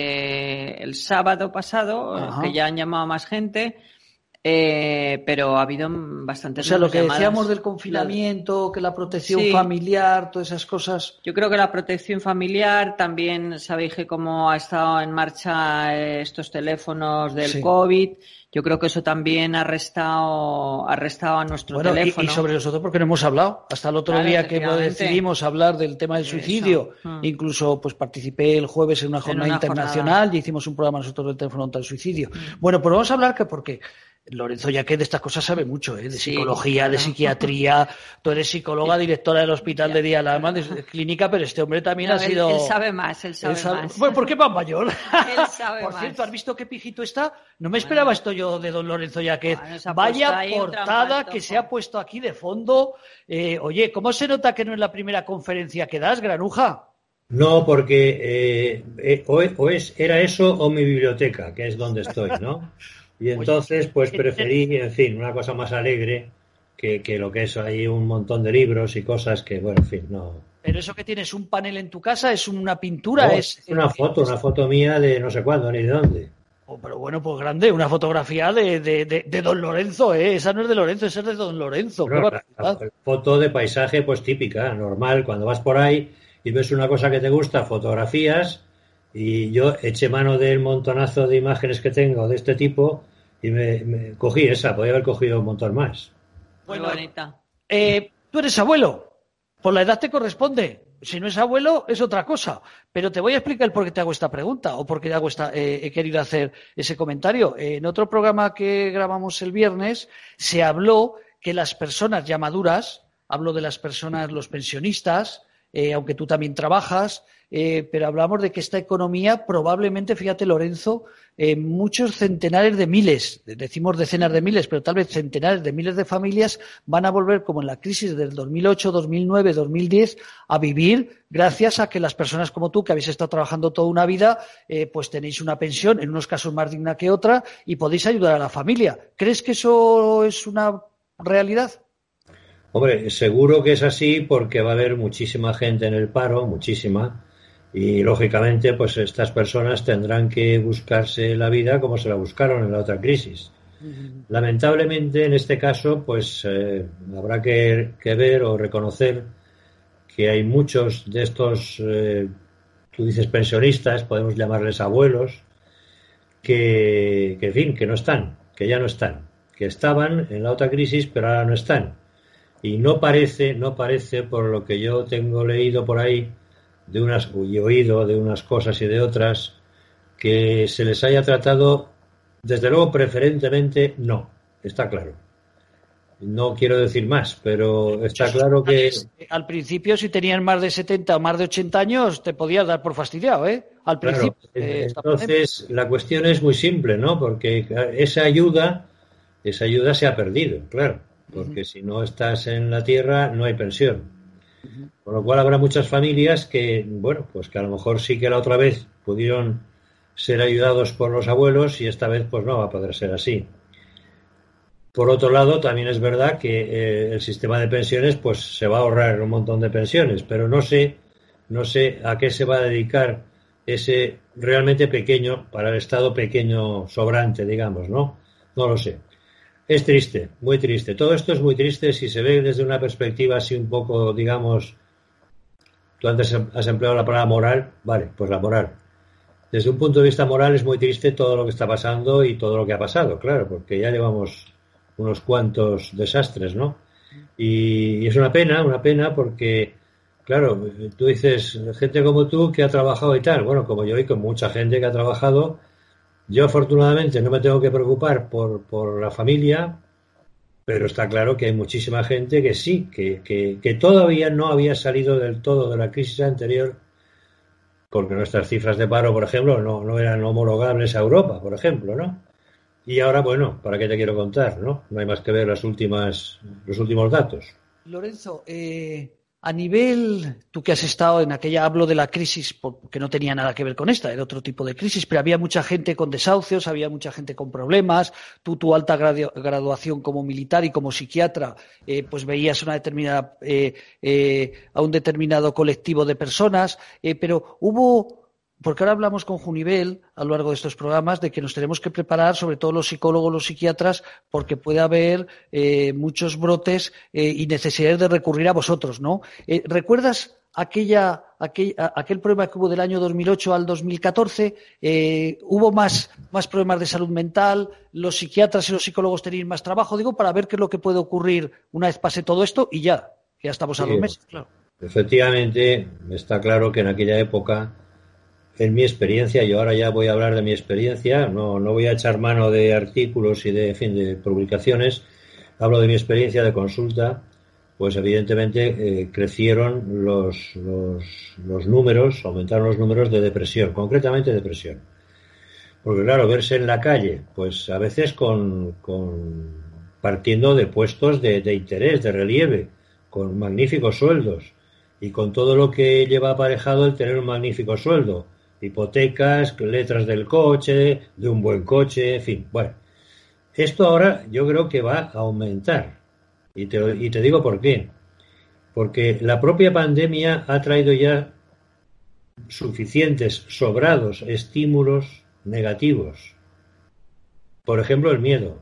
desde el sábado pasado, Ajá. que ya han llamado más gente, eh, pero ha habido o bastantes sea, lo menos que llamadas. decíamos del confinamiento, que la protección Sí. familiar, todas esas cosas... Yo creo que la protección familiar, también sabéis que como ha estado en marcha eh, estos teléfonos del Sí. COVID, yo creo que eso también ha restado, ha restado a nuestro Bueno, y, teléfono. y sobre nosotros porque no hemos hablado. Hasta el otro Claro, día que efectivamente. decidimos hablar del tema del Eso. suicidio, Mm. incluso pues participé el jueves en una jornada una internacional jornada. y hicimos un programa nosotros del teléfono contra el suicidio. Bueno, pues vamos a hablar que porque Lorenzo Yaquet de estas cosas sabe mucho, ¿eh? De Sí, psicología, de claro. psiquiatría. Tú eres psicóloga, directora del Hospital de Día Alarma, de de clínica, pero este hombre también No, ha él- sido... él sabe más, él sabe más. Bueno, ¿por qué más mayor? Él sabe Por más. cierto, ¿has visto qué pijito está? No me esperaba esto yo de don Lorenzo Yaquet. Bueno, se ha puesto Vaya ahí un portada trampaltojo. que se ha puesto aquí de fondo. Eh, oye, ¿cómo se nota que no es la primera conferencia que das, Granuja? No, porque eh, eh, o, o es, era eso o mi biblioteca, que es donde estoy, ¿no? Y entonces, pues preferí, en fin, una cosa más alegre que, que lo que es ahí un montón de libros y cosas que, bueno, en fin, no. Pero eso que tienes, un panel en tu casa, es una pintura, No, es... es una foto, una foto mía de no sé cuándo ni de dónde. Oh, pero bueno, pues grande, una fotografía de, de, de, de don Lorenzo, ¿eh? Esa no es de Lorenzo, esa es de don Lorenzo. Qué Bueno, la, barbaridad. la foto de paisaje, pues típica, normal, cuando vas por ahí y ves una cosa que te gusta, fotografías, y yo eché mano del montonazo de imágenes que tengo de este tipo y me, me cogí esa, podía haber cogido un montón más. Muy Bueno, bonita. Eh, tú eres abuelo, por la edad te corresponde. Si no es abuelo, es otra cosa. Pero te voy a explicar el por qué te hago esta pregunta o por qué te hago esta, eh, he querido hacer ese comentario. Eh, en otro programa que grabamos el viernes se habló que las personas ya maduras, hablo de las personas, los pensionistas, eh, aunque tú también trabajas, eh, pero hablamos de que esta economía probablemente, fíjate Lorenzo, eh, muchos centenares de miles, decimos decenas de miles, pero tal vez centenares de miles de familias van a volver como en la crisis del dos mil ocho, dos mil nueve, dos mil diez a vivir gracias a que las personas como tú, que habéis estado trabajando toda una vida, eh, pues tenéis una pensión, en unos casos más digna que otra, y podéis ayudar a la familia. ¿Crees que eso es una realidad? Hombre, seguro que es así porque va a haber muchísima gente en el paro, muchísima, Y lógicamente, pues estas personas tendrán que buscarse la vida como se la buscaron en la otra crisis. Uh-huh. Lamentablemente, en este caso, pues eh, habrá que, que ver o reconocer que hay muchos de estos, eh, tú dices pensionistas, podemos llamarles abuelos, que, que, en fin, que no están, que ya no están, que estaban en la otra crisis, pero ahora no están. Y no parece, no parece, por lo que yo tengo leído por ahí, de unas y oído de unas cosas y de otras, que se les haya tratado, desde luego preferentemente no, está claro. No quiero decir más, pero está claro que al principio, si tenían más de setenta o más de ochenta años, te podías dar por fastidiado, ¿eh? Al principio. Claro, eh, entonces la cuestión es muy simple, ¿no? Porque esa ayuda, esa ayuda se ha perdido, claro, porque uh-huh. si no estás en la tierra no hay pensión. Con lo cual habrá muchas familias que, bueno, pues que a lo mejor sí que la otra vez pudieron ser ayudados por los abuelos y esta vez pues no va a poder ser así. Por otro lado, también es verdad que eh, el sistema de pensiones pues se va a ahorrar un montón de pensiones, pero no sé, no sé a qué se va a dedicar ese realmente pequeño, para el Estado pequeño sobrante, digamos, ¿no? No lo sé. Es triste, muy triste. Todo esto es muy triste si se ve desde una perspectiva así un poco, digamos, tú antes has empleado la palabra moral, vale, pues la moral. Desde un punto de vista moral es muy triste todo lo que está pasando y todo lo que ha pasado, claro, porque ya llevamos unos cuantos desastres, ¿no? Y, y es una pena, una pena porque, claro, tú dices, gente como tú que ha trabajado y tal, bueno, como yo y con mucha gente que ha trabajado. Yo afortunadamente no me tengo que preocupar por, por la familia, pero está claro que hay muchísima gente que sí, que, que, que todavía no había salido del todo de la crisis anterior, porque nuestras cifras de paro, por ejemplo, no, no eran homologables a Europa, por ejemplo, ¿no? Y ahora, bueno, ¿para qué te quiero contar, no? No hay más que ver las últimas, los últimos datos. Lorenzo, eh... a nivel, tú que has estado en aquella, hablo de la crisis, porque no tenía nada que ver con esta, era otro tipo de crisis, pero había mucha gente con desahucios, había mucha gente con problemas, tú tu alta gradu- graduación como militar y como psiquiatra, eh, pues veías una determinada, eh, eh, a un determinado colectivo de personas, eh, pero hubo... Porque ahora hablamos con Junivel a lo largo de estos programas de que nos tenemos que preparar, sobre todo los psicólogos, los psiquiatras, porque puede haber eh, muchos brotes eh, y necesidades de recurrir a vosotros, ¿no? Eh, ¿Recuerdas aquella, aquel, aquel problema que hubo del año dos mil ocho al dos mil catorce? Eh, ¿Hubo más, más problemas de salud mental? ¿Los psiquiatras y los psicólogos tenían más trabajo? Digo, para ver qué es lo que puede ocurrir una vez pase todo esto y ya, que ya estamos a sí, dos meses, claro. Efectivamente, está claro que en aquella época, en mi experiencia, y ahora ya voy a hablar de mi experiencia, no, no voy a echar mano de artículos y de, en fin, de publicaciones, hablo de mi experiencia de consulta, pues evidentemente eh, crecieron los, los, los números, aumentaron los números de depresión, concretamente depresión. Porque claro, verse en la calle, pues a veces con, con partiendo de puestos de, de interés, de relieve, con magníficos sueldos y con todo lo que lleva aparejado el tener un magnífico sueldo. Hipotecas, letras del coche, de un buen coche, en fin. Bueno, esto ahora yo creo que va a aumentar. Y te, y te digo por qué. Porque la propia pandemia ha traído ya suficientes, sobrados estímulos negativos. Por ejemplo, el miedo.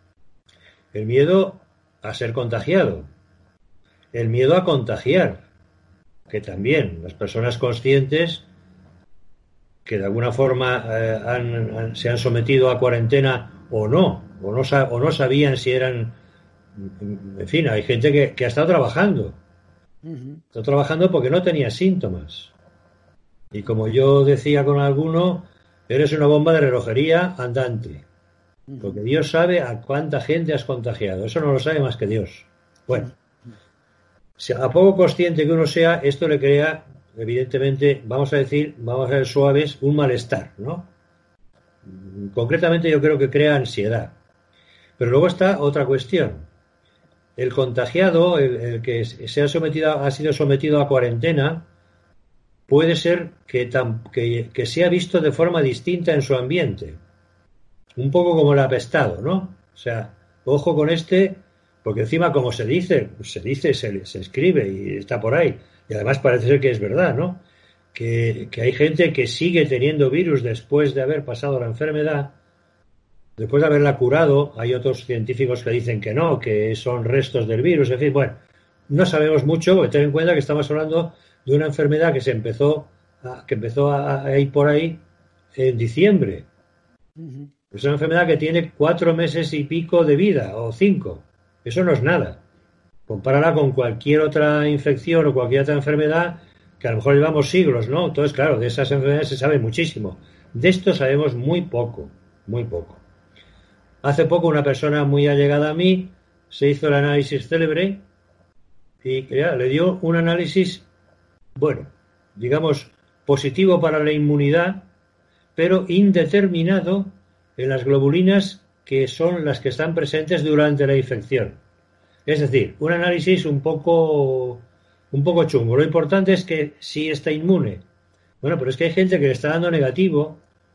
El miedo a ser contagiado. El miedo a contagiar. Que también las personas conscientes que de alguna forma eh, han, han, se han sometido a cuarentena o no, o no, o no sabían si eran, en fin, hay gente que, que ha estado trabajando, uh-huh. Está trabajando porque no tenía síntomas. Y como yo decía con alguno, eres una bomba de relojería andante, uh-huh. Porque Dios sabe a cuánta gente has contagiado, eso no lo sabe más que Dios. Bueno, uh-huh. A poco consciente que uno sea, esto le crea, evidentemente, vamos a decir, vamos a ser suaves, un malestar, ¿no? Concretamente yo creo que crea ansiedad. Pero luego está otra cuestión. El contagiado, el, el que se ha sometido, ha sido sometido a cuarentena, puede ser que, tan, que, que sea visto de forma distinta en su ambiente. Un poco como el apestado, ¿no? O sea, ojo con este, porque encima como se dice, se dice, se, se escribe y está por ahí. Y además parece ser que es verdad, ¿no? que, que hay gente que sigue teniendo virus después de haber pasado la enfermedad, después de haberla curado. Hay otros científicos que dicen que no, que son restos del virus, en fin, bueno, no sabemos mucho, porque ten en cuenta que estamos hablando de una enfermedad que se empezó a, que empezó a, a ir por ahí en diciembre. Uh-huh. Es una enfermedad que tiene cuatro meses y pico de vida, o cinco. Eso no es nada. Compárala con cualquier otra infección o cualquier otra enfermedad que a lo mejor llevamos siglos, ¿no? Entonces, claro, de esas enfermedades se sabe muchísimo. De esto sabemos muy poco, muy poco. Hace poco una persona muy allegada a mí se hizo el análisis célebre y ya, le dio un análisis, bueno, digamos, positivo para la inmunidad, pero indeterminado en las globulinas que son las que están presentes durante la infección. Es decir, un análisis un poco, un poco chungo. Lo importante es que sí está inmune. Bueno, pero es que hay gente que le está dando negativo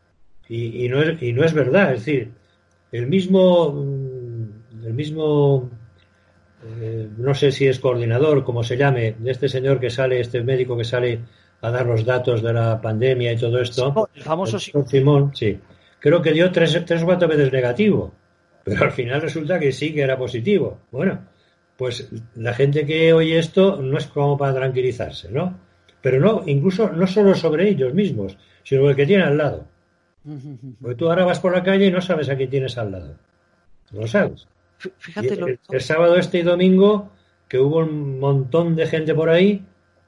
y, y, no, es, y no es verdad. Es decir, el mismo, el mismo eh, no sé si es coordinador, como se llame, de este señor que sale, este médico que sale a dar los datos de la pandemia y todo esto. Simón, el famoso Simón. Simón, sí. Creo que dio tres, tres o cuatro veces negativo, pero al final resulta que sí que era positivo. Bueno, pues la gente que oye esto no es como para tranquilizarse, ¿no? Pero no, incluso no solo sobre ellos mismos, sino el que tiene al lado. Porque tú ahora vas por la calle y no sabes a quién tienes al lado. No lo sabes. Fíjate el, lo... el, el sábado este y domingo, que hubo un montón de gente por ahí,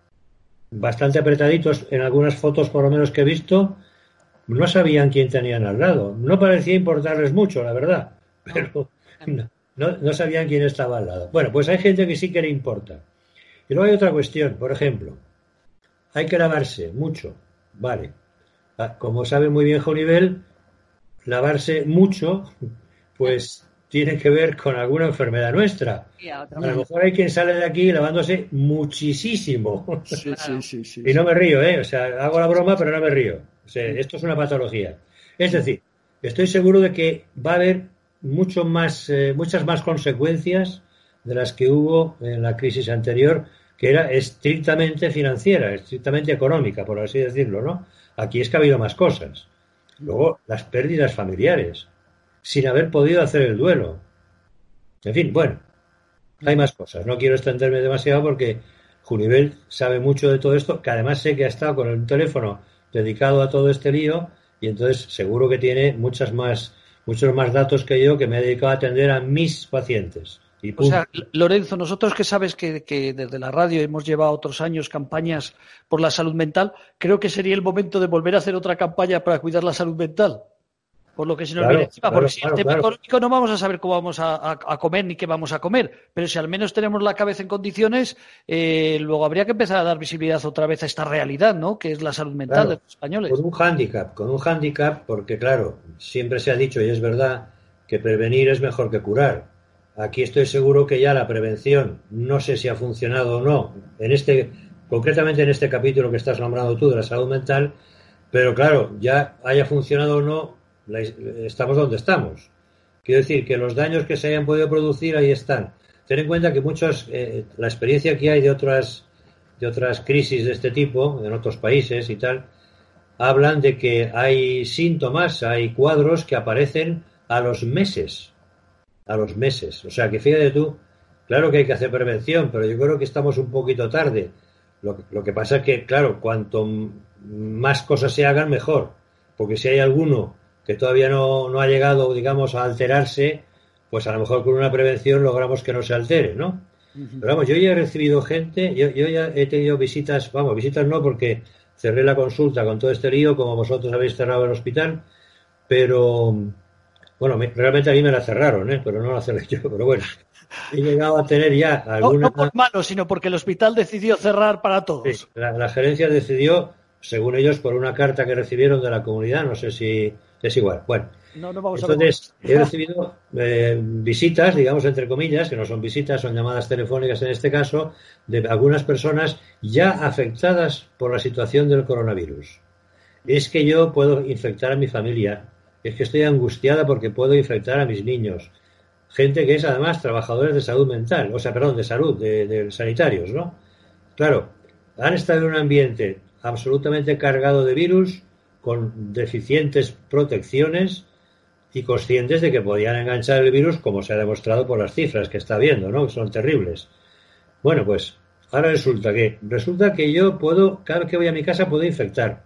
bastante apretaditos, en algunas fotos por lo menos que he visto, no sabían quién tenían al lado. No parecía importarles mucho, la verdad, pero no, no, no sabían quién estaba al lado. Bueno, pues hay gente que sí que le importa. Y luego hay otra cuestión, por ejemplo, hay que lavarse mucho, vale. Como sabe muy bien Jonivel, lavarse mucho, pues tiene que ver con alguna enfermedad nuestra. A lo mejor hay quien sale de aquí lavándose muchísimo. Sí, sí, sí, sí, y no me río, ¿eh? O sea, hago la broma, pero no me río. O sea, esto es una patología. Es decir, estoy seguro de que va a haber mucho más, eh, muchas más consecuencias de las que hubo en la crisis anterior, que era estrictamente financiera, estrictamente económica, por así decirlo, ¿no? Aquí es que ha habido más cosas. Luego, las pérdidas familiares, sin haber podido hacer el duelo. En fin, bueno, hay más cosas. No quiero extenderme demasiado porque Junivel sabe mucho de todo esto, que además sé que ha estado con el teléfono dedicado a todo este lío y entonces seguro que tiene muchas más, muchos más datos que yo, que me he dedicado a atender a mis pacientes. Y o sea, Lorenzo, nosotros que sabes que, que desde la radio hemos llevado otros años campañas por la salud mental, creo que sería el momento de volver a hacer otra campaña para cuidar la salud mental. Por lo que se nos claro, viene encima, claro, porque si claro, el tema claro. económico no vamos a saber cómo vamos a, a, a comer ni qué vamos a comer, pero si al menos tenemos la cabeza en condiciones, eh, luego habría que empezar a dar visibilidad otra vez a esta realidad, ¿no? Que es la salud mental Claro, de los españoles. Con un hándicap, con un hándicap, porque claro, siempre se ha dicho, y es verdad, que prevenir es mejor que curar. Aquí estoy seguro que ya la prevención, no sé si ha funcionado o no, en este, concretamente en este capítulo que estás nombrando tú de la salud mental, pero claro, ya haya funcionado o no, la, estamos donde estamos. Quiero decir que los daños que se hayan podido producir ahí están. Ten en cuenta que muchos, eh, la experiencia que hay de otras, de otras crisis de este tipo, en otros países y tal, hablan de que hay síntomas, hay cuadros que aparecen a los meses. A los meses. O sea, que fíjate tú, claro que hay que hacer prevención, pero yo creo que estamos un poquito tarde. Lo, lo que pasa es que, claro, cuanto más cosas se hagan, mejor. Porque si hay alguno que todavía no, no ha llegado, digamos, a alterarse, pues a lo mejor con una prevención logramos que no se altere, ¿no? Uh-huh. Pero vamos, yo ya he recibido gente, yo, yo ya he tenido visitas, vamos, visitas no porque cerré la consulta con todo este lío, como vosotros habéis cerrado el hospital, pero... Bueno, me, realmente a mí me la cerraron, ¿eh? Pero no la cerré yo, pero bueno. He llegado a tener ya alguna... No, no por malo, sino porque el hospital decidió cerrar para todos. Sí, la, la gerencia decidió, según ellos, por una carta que recibieron de la comunidad, no sé si es igual. Bueno, no, no vamos entonces a ver. he recibido eh, visitas, digamos, entre comillas, que no son visitas, son llamadas telefónicas en este caso, de algunas personas ya afectadas por la situación del coronavirus. Es que yo puedo infectar a mi familia. Es que estoy angustiada porque puedo infectar a mis niños. Gente que es además trabajadores de salud mental, o sea, perdón, de salud, de, de sanitarios, ¿no? Claro, han estado en un ambiente absolutamente cargado de virus, con deficientes protecciones y conscientes de que podían enganchar el virus, como se ha demostrado por las cifras que está viendo, ¿no? Que son terribles. Bueno, pues ahora resulta que resulta que yo puedo, cada vez que voy a mi casa puedo infectar.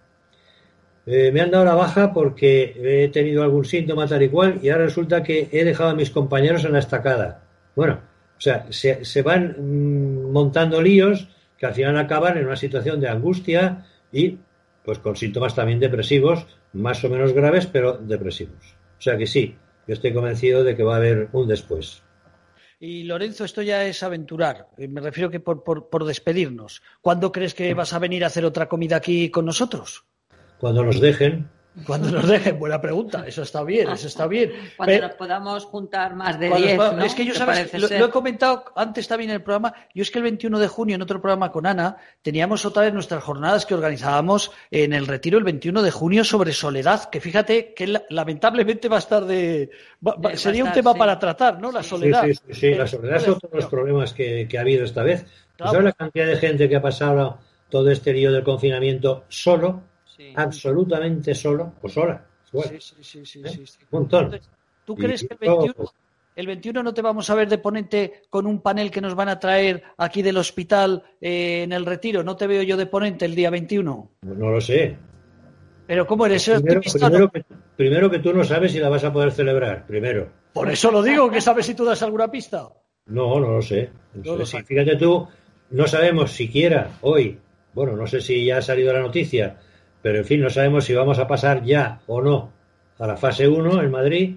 Eh, me han dado la baja porque he tenido algún síntoma tal y cual, y ahora resulta que he dejado a mis compañeros en la estacada. Bueno, o sea, se, se van mmm, montando líos que al final acaban en una situación de angustia y pues con síntomas también depresivos, más o menos graves, pero depresivos. O sea que sí, yo estoy convencido de que va a haber un después. Y Lorenzo, esto ya es aventurar. Me refiero que por, por, por despedirnos. ¿Cuándo crees que vas a venir a hacer otra comida aquí con nosotros? Cuando nos dejen. Cuando nos dejen, buena pregunta. Eso está bien, eso está bien. Cuando Pero, nos podamos juntar más de cuando, diez, ¿no? Es que yo, sabes, lo, lo he comentado antes también en el programa. Yo es que el veintiuno de junio, en otro programa con Ana, teníamos otra vez nuestras jornadas que organizábamos en el retiro el veintiuno de junio sobre soledad, que fíjate que la, lamentablemente va a estar de... Va, va, sería estar, un tema sí. para tratar, ¿no? La soledad. Sí, sí, sí, sí. La soledad es otro de los problemas que, que ha habido esta vez. Claro. ¿Sabes la cantidad de gente que ha pasado todo este lío del confinamiento solo? Sí. Absolutamente solo o sola. Bueno, sí, sí, sí, ¿eh? sí, sí. Un montón. Entonces, ¿tú crees y, que el veintiuno, pues, el veintiuno no te vamos a ver de ponente con un panel que nos van a traer aquí del hospital eh, en el retiro? ¿No te veo yo de ponente el día veintiuno? No lo sé. ¿Pero cómo eres? Primero, primero, que, primero que tú no sabes si la vas a poder celebrar, primero. Por eso lo digo, que sabes si tú das alguna pista. No, no lo sé. No no sé. Lo si, fíjate tú, no sabemos siquiera hoy, bueno, no sé si ya ha salido la noticia, pero en fin, no sabemos si vamos a pasar ya o no a la fase uno en Madrid.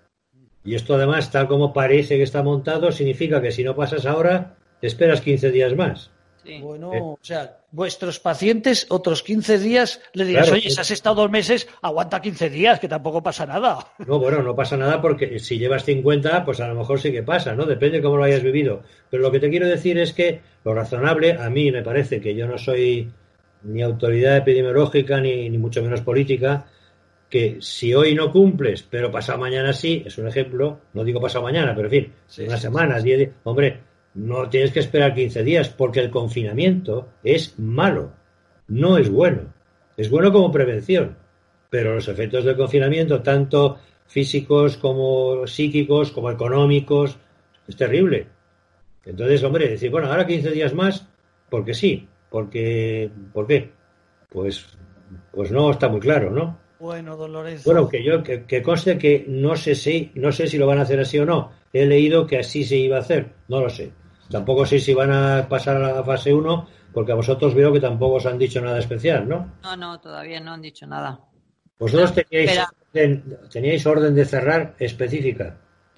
Y esto además, tal como parece que está montado, significa que si no pasas ahora, te esperas quince días más. Sí. Bueno, ¿Eh? O sea, vuestros pacientes otros quince días le dirás, claro, oye, si has estado dos meses, aguanta quince días, que tampoco pasa nada. No, bueno, no pasa nada porque si llevas cincuenta, pues a lo mejor sí que pasa, ¿no? Depende de cómo lo hayas vivido. Pero lo que te quiero decir es que lo razonable, a mí me parece que yo no soy ni autoridad epidemiológica, ni, ni mucho menos política, que si hoy no cumples, pero pasado mañana sí, es un ejemplo, no digo pasado mañana, pero en fin, sí, una sí, semana, diez días, hombre, no tienes que esperar quince días, porque el confinamiento es malo, no es bueno, es bueno como prevención, pero los efectos del confinamiento, tanto físicos como psíquicos, como económicos, es terrible. Entonces, hombre, decir, bueno, ahora quince días más, porque sí, porque, ¿por qué? Pues, pues no está muy claro, ¿no? Bueno, don Lorenzo. Bueno, que yo, que, que conste que no sé si, no sé si lo van a hacer así o no. He leído que así se iba a hacer, no lo sé. Tampoco sé si van a pasar a la fase uno, porque a vosotros veo que tampoco os han dicho nada especial, ¿no? No, no, todavía no han dicho nada. ¿Vosotros teníais orden, teníais orden de cerrar específica?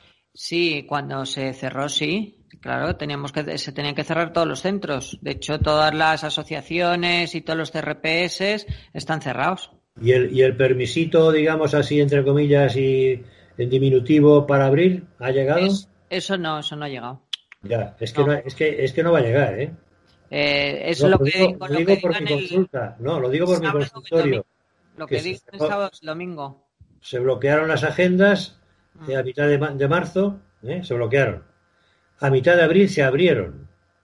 Sí, cuando se cerró, sí. Claro, teníamos que se tenían que cerrar todos los centros. De hecho, todas las asociaciones y todos los C R P S están cerrados. ¿Y el, y el permisito, digamos así, entre comillas, y en diminutivo para abrir, ha llegado? Es, eso no, eso no ha llegado. Ya, es que no. no, es que es que no va a llegar, ¿eh? eh eso no, lo, lo que digo, lo digo por mi el... consulta. No, lo digo por mi consultorio. Lo que, que digo el sábado y domingo. Se bloquearon las agendas mm. a mitad de, de marzo, ¿eh? Se bloquearon. A mitad de abril se abrieron.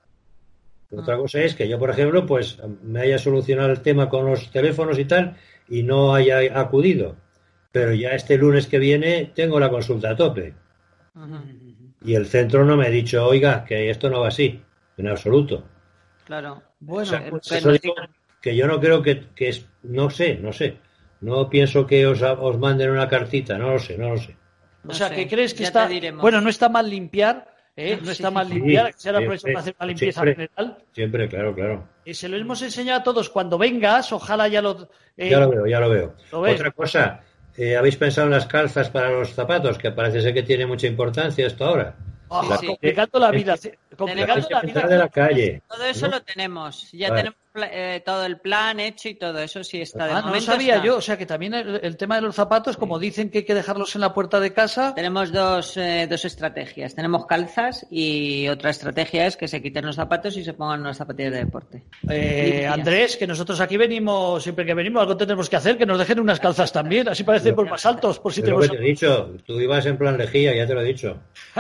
Mm. Otra cosa es que yo, por ejemplo, pues me haya solucionado el tema con los teléfonos y tal y no haya acudido. Pero ya este lunes que viene tengo la consulta a tope. Uh-huh. Y el centro no me ha dicho, oiga, que esto no va así, en absoluto. Claro. Bueno, o sea, pues eso digo que yo no creo que, que es, no sé, no sé. No pienso que os, os manden una cartita, no lo sé, no lo sé. O sea, no que sé, crees que está... Bueno, no está mal limpiar, ¿eh? No está mal limpiar, que sea la profesora para hacer una limpieza siempre, general. Siempre, claro, claro. Y se lo hemos enseñado a todos. Cuando vengas, ojalá ya lo... Eh, ya lo veo, ya lo veo. ¿Lo Otra cosa, eh, ¿habéis pensado en las calzas para los zapatos? Que parece ser que tiene mucha importancia esto ahora. Oh, la sí. Complicando la vida. Es que, complicando la vida. De la calle, todo eso ¿no? Lo tenemos. Ya vale. tenemos eh, todo el plan hecho y todo eso sí está. De ah, momento no sabía está. yo. O sea, que también el, el tema de los zapatos, como dicen que hay que dejarlos en la puerta de casa. Tenemos dos, eh, dos estrategias. Tenemos calzas y otra estrategia es que se quiten los zapatos y se pongan unas zapatillas de deporte. Eh, Andrés, que nosotros aquí venimos, siempre que venimos, algo tenemos que hacer, que nos dejen unas calzas también. Así parecemos más altos, por si Pero tenemos... te he dicho, tú ibas en plan lejía, ya te lo he dicho.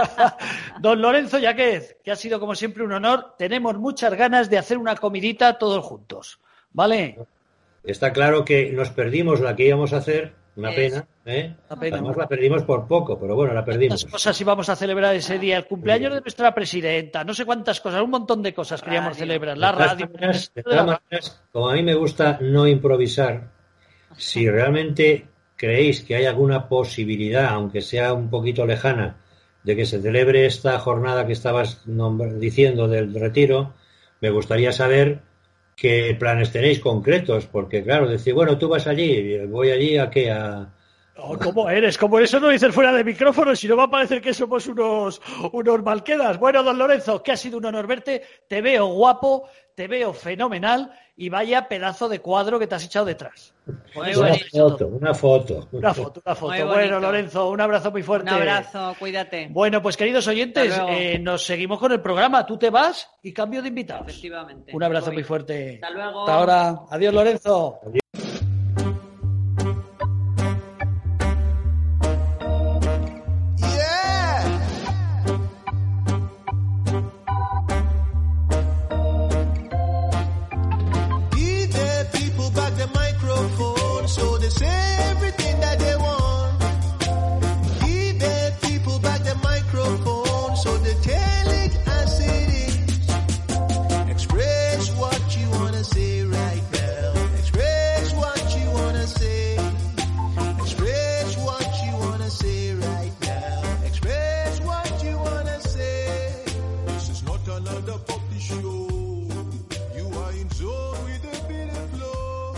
Don Lorenzo Yaquez, que ha sido como siempre un honor. Tenemos muchas ganas de hacer una comidita todos juntos, ¿vale? Está claro que nos perdimos la que íbamos a hacer, una Es. pena, ¿eh? Una pena. Además la perdimos por poco, pero bueno, la perdimos. ¿Cuántas cosas íbamos a celebrar ese día? El cumpleaños de nuestra presidenta, no sé cuántas cosas, un montón de cosas queríamos Radio. celebrar. De La todas radio. maneras, de todas maneras, como a mí me gusta no improvisar, si realmente creéis que hay alguna posibilidad, aunque sea un poquito lejana, de que se celebre esta jornada que estabas nombr- diciendo del retiro, me gustaría saber qué planes tenéis concretos, porque claro, decir, bueno, tú vas allí, voy allí a qué, a... Oh, ¿cómo eres? Como eso no dices fuera de micrófono, si no va a parecer que somos unos, unos malquedas. Bueno, don Lorenzo, que ha sido un honor verte, te veo guapo, te veo fenomenal y vaya pedazo de cuadro que te has echado detrás. Con Muy eso Una has bonito. hecho foto, todo. una foto. Una foto, una foto. Muy Bueno, bonito. Lorenzo, un abrazo muy fuerte. Un abrazo, cuídate. Bueno, pues queridos oyentes, Hasta luego. eh, nos seguimos con el programa. Tú te vas y cambio de invitados. Efectivamente. Un abrazo Voy. muy fuerte. Hasta luego. Hasta ahora. Adiós, Lorenzo. Give the people back the microphone so they say everything that they want. Give the people back the microphone so they tell it as it is. Express what you wanna say right now. Express what you wanna say. Express what you wanna say right now. Express what you wanna say. This is not another puppy show. You are in zone with the beat and flow.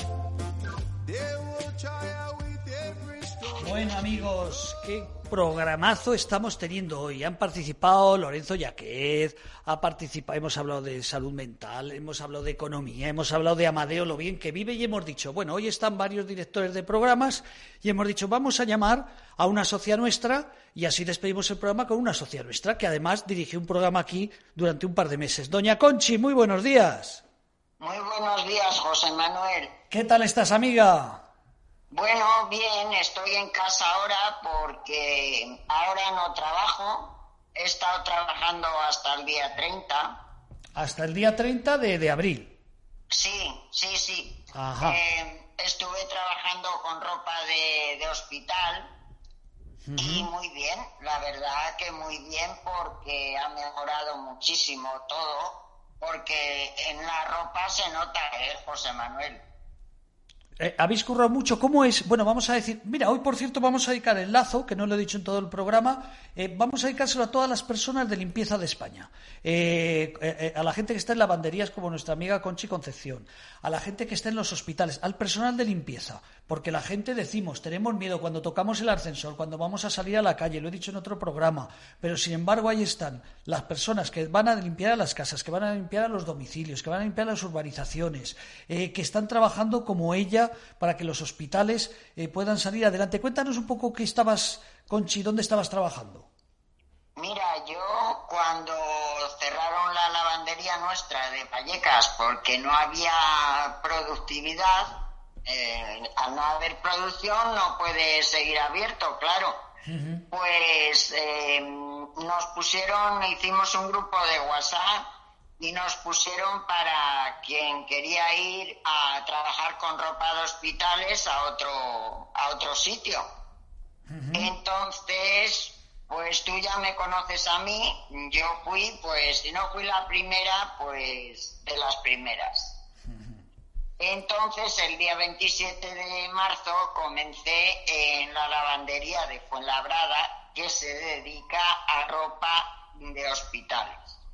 They will tire with every stone. Bueno, amigos, qué programazo estamos teniendo hoy. Han participado Lorenzo Yaquez, ha participado, hemos hablado de salud mental, hemos hablado de economía, hemos hablado de Amadeo, lo bien que vive, y hemos dicho, bueno, hoy están varios directores de programas y hemos dicho, vamos a llamar a una socia nuestra y así despedimos el programa con una socia nuestra que además dirigió un programa aquí durante un par de meses. Doña Conchi, muy buenos días. Muy buenos días, José Manuel. ¿Qué tal estás, amiga? Bueno, bien, estoy en casa ahora porque ahora no trabajo. He estado trabajando hasta el día treinta. Hasta el día treinta de, de abril. Sí, sí, sí. Ajá. Eh, estuve trabajando con ropa de, de hospital y muy bien, la verdad que muy bien porque ha mejorado muchísimo todo, porque en la ropa se nota, ¿eh, José Manuel? Eh, ¿Habéis currado mucho? ¿Cómo es? Bueno, vamos a decir... Mira, hoy, por cierto, vamos a dedicar el lazo, que no lo he dicho en todo el programa, eh, vamos a dedicárselo a todas las personas de limpieza de España. Eh, eh, a la gente que está en lavanderías, como nuestra amiga Conchi Concepción. A la gente que está en los hospitales. Al personal de limpieza. Porque la gente, decimos, tenemos miedo cuando tocamos el ascensor, cuando vamos a salir a la calle, lo he dicho en otro programa. Pero, sin embargo, ahí están las personas que van a limpiar a las casas, que van a limpiar a los domicilios, que van a limpiar a las urbanizaciones, eh, que están trabajando como ella para que los hospitales eh, puedan salir adelante. Cuéntanos un poco qué estabas, Conchi, dónde estabas trabajando. Mira, yo cuando cerraron la lavandería nuestra de Vallecas porque no había productividad, eh, al no haber producción no puede seguir abierto, claro. Uh-huh. Pues eh, nos pusieron, hicimos un grupo de WhatsApp y nos pusieron para quien quería ir a trabajar con ropa de hospitales a otro, a otro sitio. Uh-huh. Entonces, pues tú ya me conoces a mí, yo fui, pues si no fui la primera, pues de las primeras. Uh-huh. Entonces, el día veintisiete de marzo comencé en la lavandería de Fuenlabrada, que se dedica a ropa de hospitales.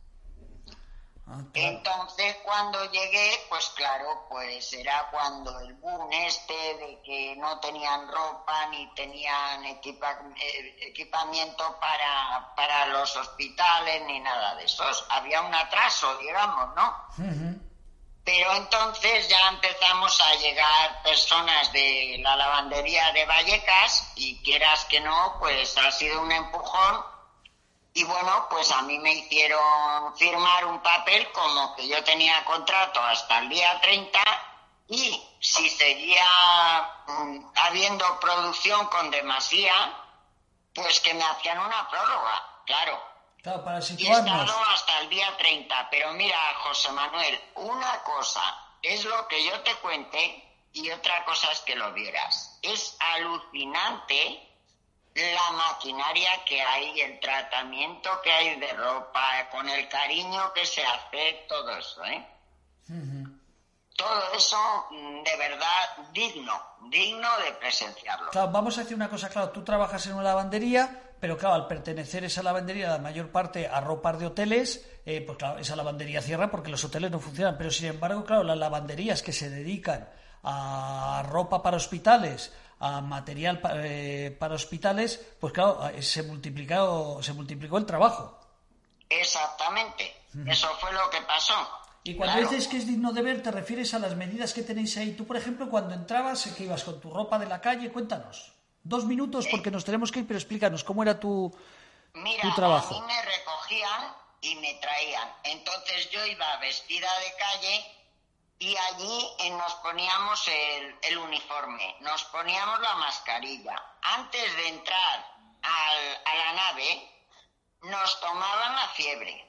Ah, claro. Entonces, cuando llegué, pues claro, pues era cuando el boom este de que no tenían ropa ni tenían equipa, eh, equipamiento para, para los hospitales ni nada de eso. Había un atraso, digamos, ¿no? Uh-huh. Pero entonces ya empezamos a llegar personas de la lavandería de Vallecas y quieras que no, pues ha sido un empujón. Y bueno, pues a mí me hicieron firmar un papel como que yo tenía contrato hasta el día treinta y si seguía mmm, habiendo producción con demasía, pues que me hacían una prórroga, claro. Claro, para y he situarnos. estado hasta el día treinta, pero mira, José Manuel, una cosa, es lo que yo te cuente y otra cosa es que lo vieras. Es alucinante la maquinaria que hay, el tratamiento que hay de ropa, con el cariño que se hace, todo eso, ¿eh? Uh-huh. Todo eso, de verdad, digno, digno de presenciarlo. Claro, vamos a decir una cosa, claro, tú trabajas en una lavandería, pero claro, al pertenecer esa lavandería la mayor parte a ropas de hoteles, eh, pues claro, esa lavandería cierra porque los hoteles no funcionan, pero sin embargo, claro, las lavanderías que se dedican a ropa para hospitales, a material pa, eh, para hospitales, pues claro, se multiplicó, se multiplicó el trabajo. Exactamente, uh-huh. Eso fue lo que pasó. Y cuando claro. dices que es digno de ver, te refieres a las medidas que tenéis ahí. Tú, por ejemplo, cuando entrabas, que ibas con tu ropa de la calle, cuéntanos. Dos minutos, porque nos tenemos que ir, pero explícanos, ¿cómo era tu, Mira, tu trabajo? A mí me recogían y me traían. Entonces yo iba vestida de calle y allí eh, nos poníamos el, el uniforme, nos poníamos la mascarilla. Antes de entrar al, a la nave, nos tomaban la fiebre.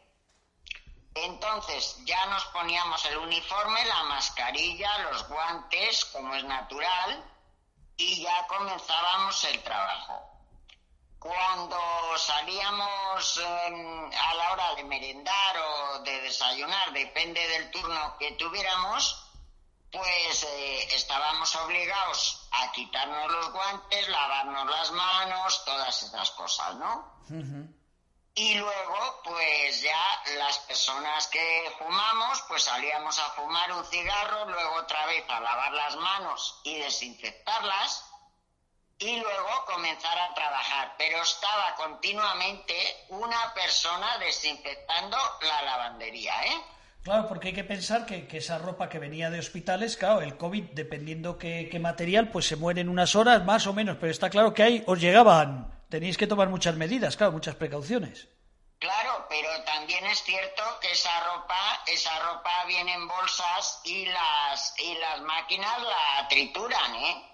Entonces ya nos poníamos el uniforme, la mascarilla, los guantes, como es natural, y ya comenzábamos el trabajo. Cuando salíamos eh, a la hora de merendar o de desayunar, depende del turno que tuviéramos, pues eh, estábamos obligados a quitarnos los guantes, lavarnos las manos, todas esas cosas, ¿no? Uh-huh. Y luego, pues ya las personas que fumamos, pues salíamos a fumar un cigarro, luego otra vez a lavar las manos y desinfectarlas, y luego comenzar a trabajar. Pero estaba continuamente una persona desinfectando la lavandería, ¿eh? Claro, porque hay que pensar que, que esa ropa que venía de hospitales, claro, el COVID, dependiendo qué, qué material, pues se muere en unas horas, más o menos, pero está claro que ahí os llegaban... Tenéis que tomar muchas medidas, claro, muchas precauciones. Claro, pero también es cierto que esa ropa, esa ropa viene en bolsas y las y las máquinas la trituran, ¿eh?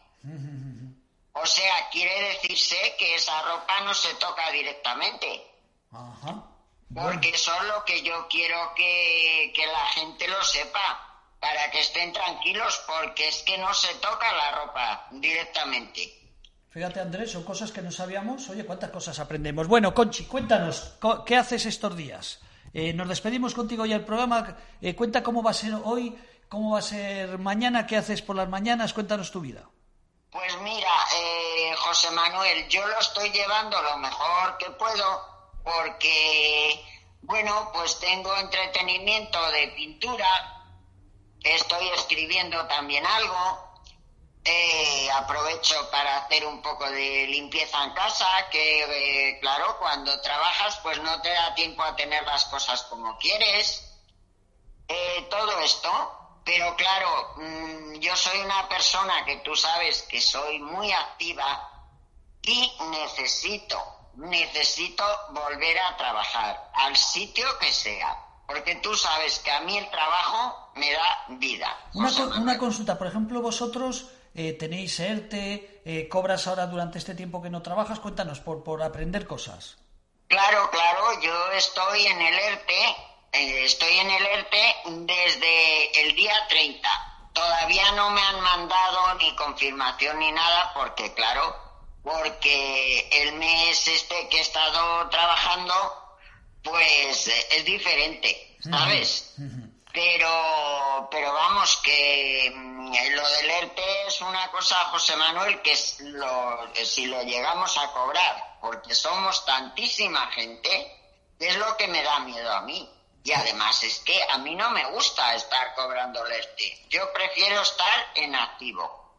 O sea, quiere decirse que esa ropa no se toca directamente. Ajá. Porque eso es lo que yo quiero que, que la gente lo sepa, para que estén tranquilos, porque es que no se toca la ropa directamente. Fíjate, Andrés, son cosas que no sabíamos. Oye, cuántas cosas aprendemos. Bueno, Conchi, cuéntanos, ¿qué haces estos días? Eh, nos despedimos contigo ya el programa. Eh, cuenta cómo va a ser hoy, cómo va a ser mañana, qué haces por las mañanas. Cuéntanos tu vida. Pues mira, eh, José Manuel, yo lo estoy llevando lo mejor que puedo, porque, bueno, pues tengo entretenimiento de pintura, estoy escribiendo también algo. Eh, aprovecho para hacer un poco de limpieza en casa, que eh, claro, cuando trabajas pues no te da tiempo a tener las cosas como quieres, eh, todo esto, pero claro, mmm, yo soy una persona que tú sabes que soy muy activa y necesito, necesito volver a trabajar al sitio que sea. Porque tú sabes que a mí el trabajo me da vida. Una, co- una consulta, por ejemplo, vosotros eh, tenéis ERTE, eh, cobras ahora durante este tiempo que no trabajas. Cuéntanos, por, por aprender cosas. Claro, claro, yo estoy en el ERTE, eh, estoy en el ERTE desde el día treinta. Todavía no me han mandado ni confirmación ni nada, porque claro, porque el mes este que he estado trabajando, pues es diferente, ¿sabes? Uh-huh. Pero, pero vamos, que lo del ERTE es una cosa, José Manuel, que es lo, si lo llegamos a cobrar, porque somos tantísima gente, es lo que me da miedo a mí. Y además es que a mí no me gusta estar cobrando el ERTE. Yo prefiero estar en activo.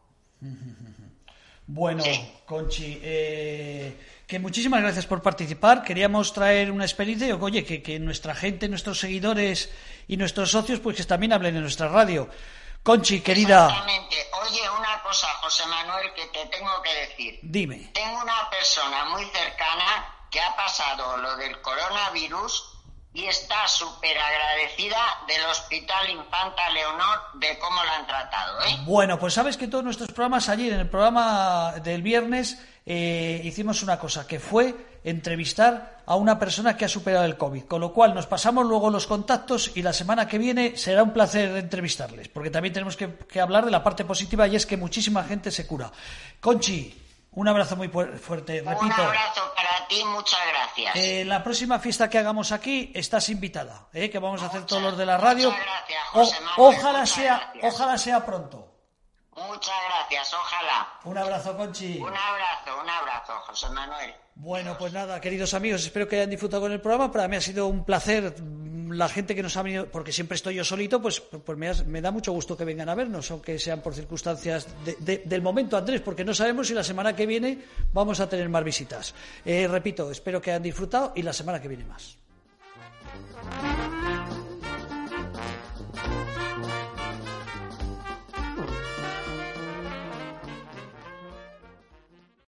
Bueno, sí. Conchi, eh... que muchísimas gracias por participar. Queríamos traer una experiencia y oye, que, que nuestra gente, nuestros seguidores y nuestros socios pues que también hablen en nuestra radio. Conchi, querida. Exactamente. Oye, una cosa, José Manuel, que te tengo que decir. Dime. Tengo una persona muy cercana que ha pasado lo del coronavirus y está súper agradecida del Hospital Infanta Leonor de cómo la han tratado, ¿eh? Bueno, pues sabes que todos nuestros programas ayer, en el programa del viernes, eh, hicimos una cosa, que fue entrevistar a una persona que ha superado el COVID, con lo cual nos pasamos luego los contactos y la semana que viene será un placer entrevistarles, porque también tenemos que, que hablar de la parte positiva y es que muchísima gente se cura. Conchi, un abrazo muy fuerte, repito. Un abrazo para ti, muchas gracias. Eh, la próxima fiesta que hagamos aquí estás invitada, ¿eh? Que vamos a hacer todos los de la radio. Muchas gracias, José Manuel, o, ojalá muchas sea, gracias. ojalá sea pronto. Muchas gracias, ojalá. Un abrazo, Conchi. Un abrazo, un abrazo, José Manuel. Bueno, pues nada, queridos amigos, espero que hayan disfrutado con el programa. Para mí ha sido un placer. La gente que nos ha venido, porque siempre estoy yo solito, pues, pues me, has, me da mucho gusto que vengan a vernos, aunque sean por circunstancias de, de, del momento, Andrés, porque no sabemos si la semana que viene vamos a tener más visitas. Eh, repito, espero que hayan disfrutado y la semana que viene más.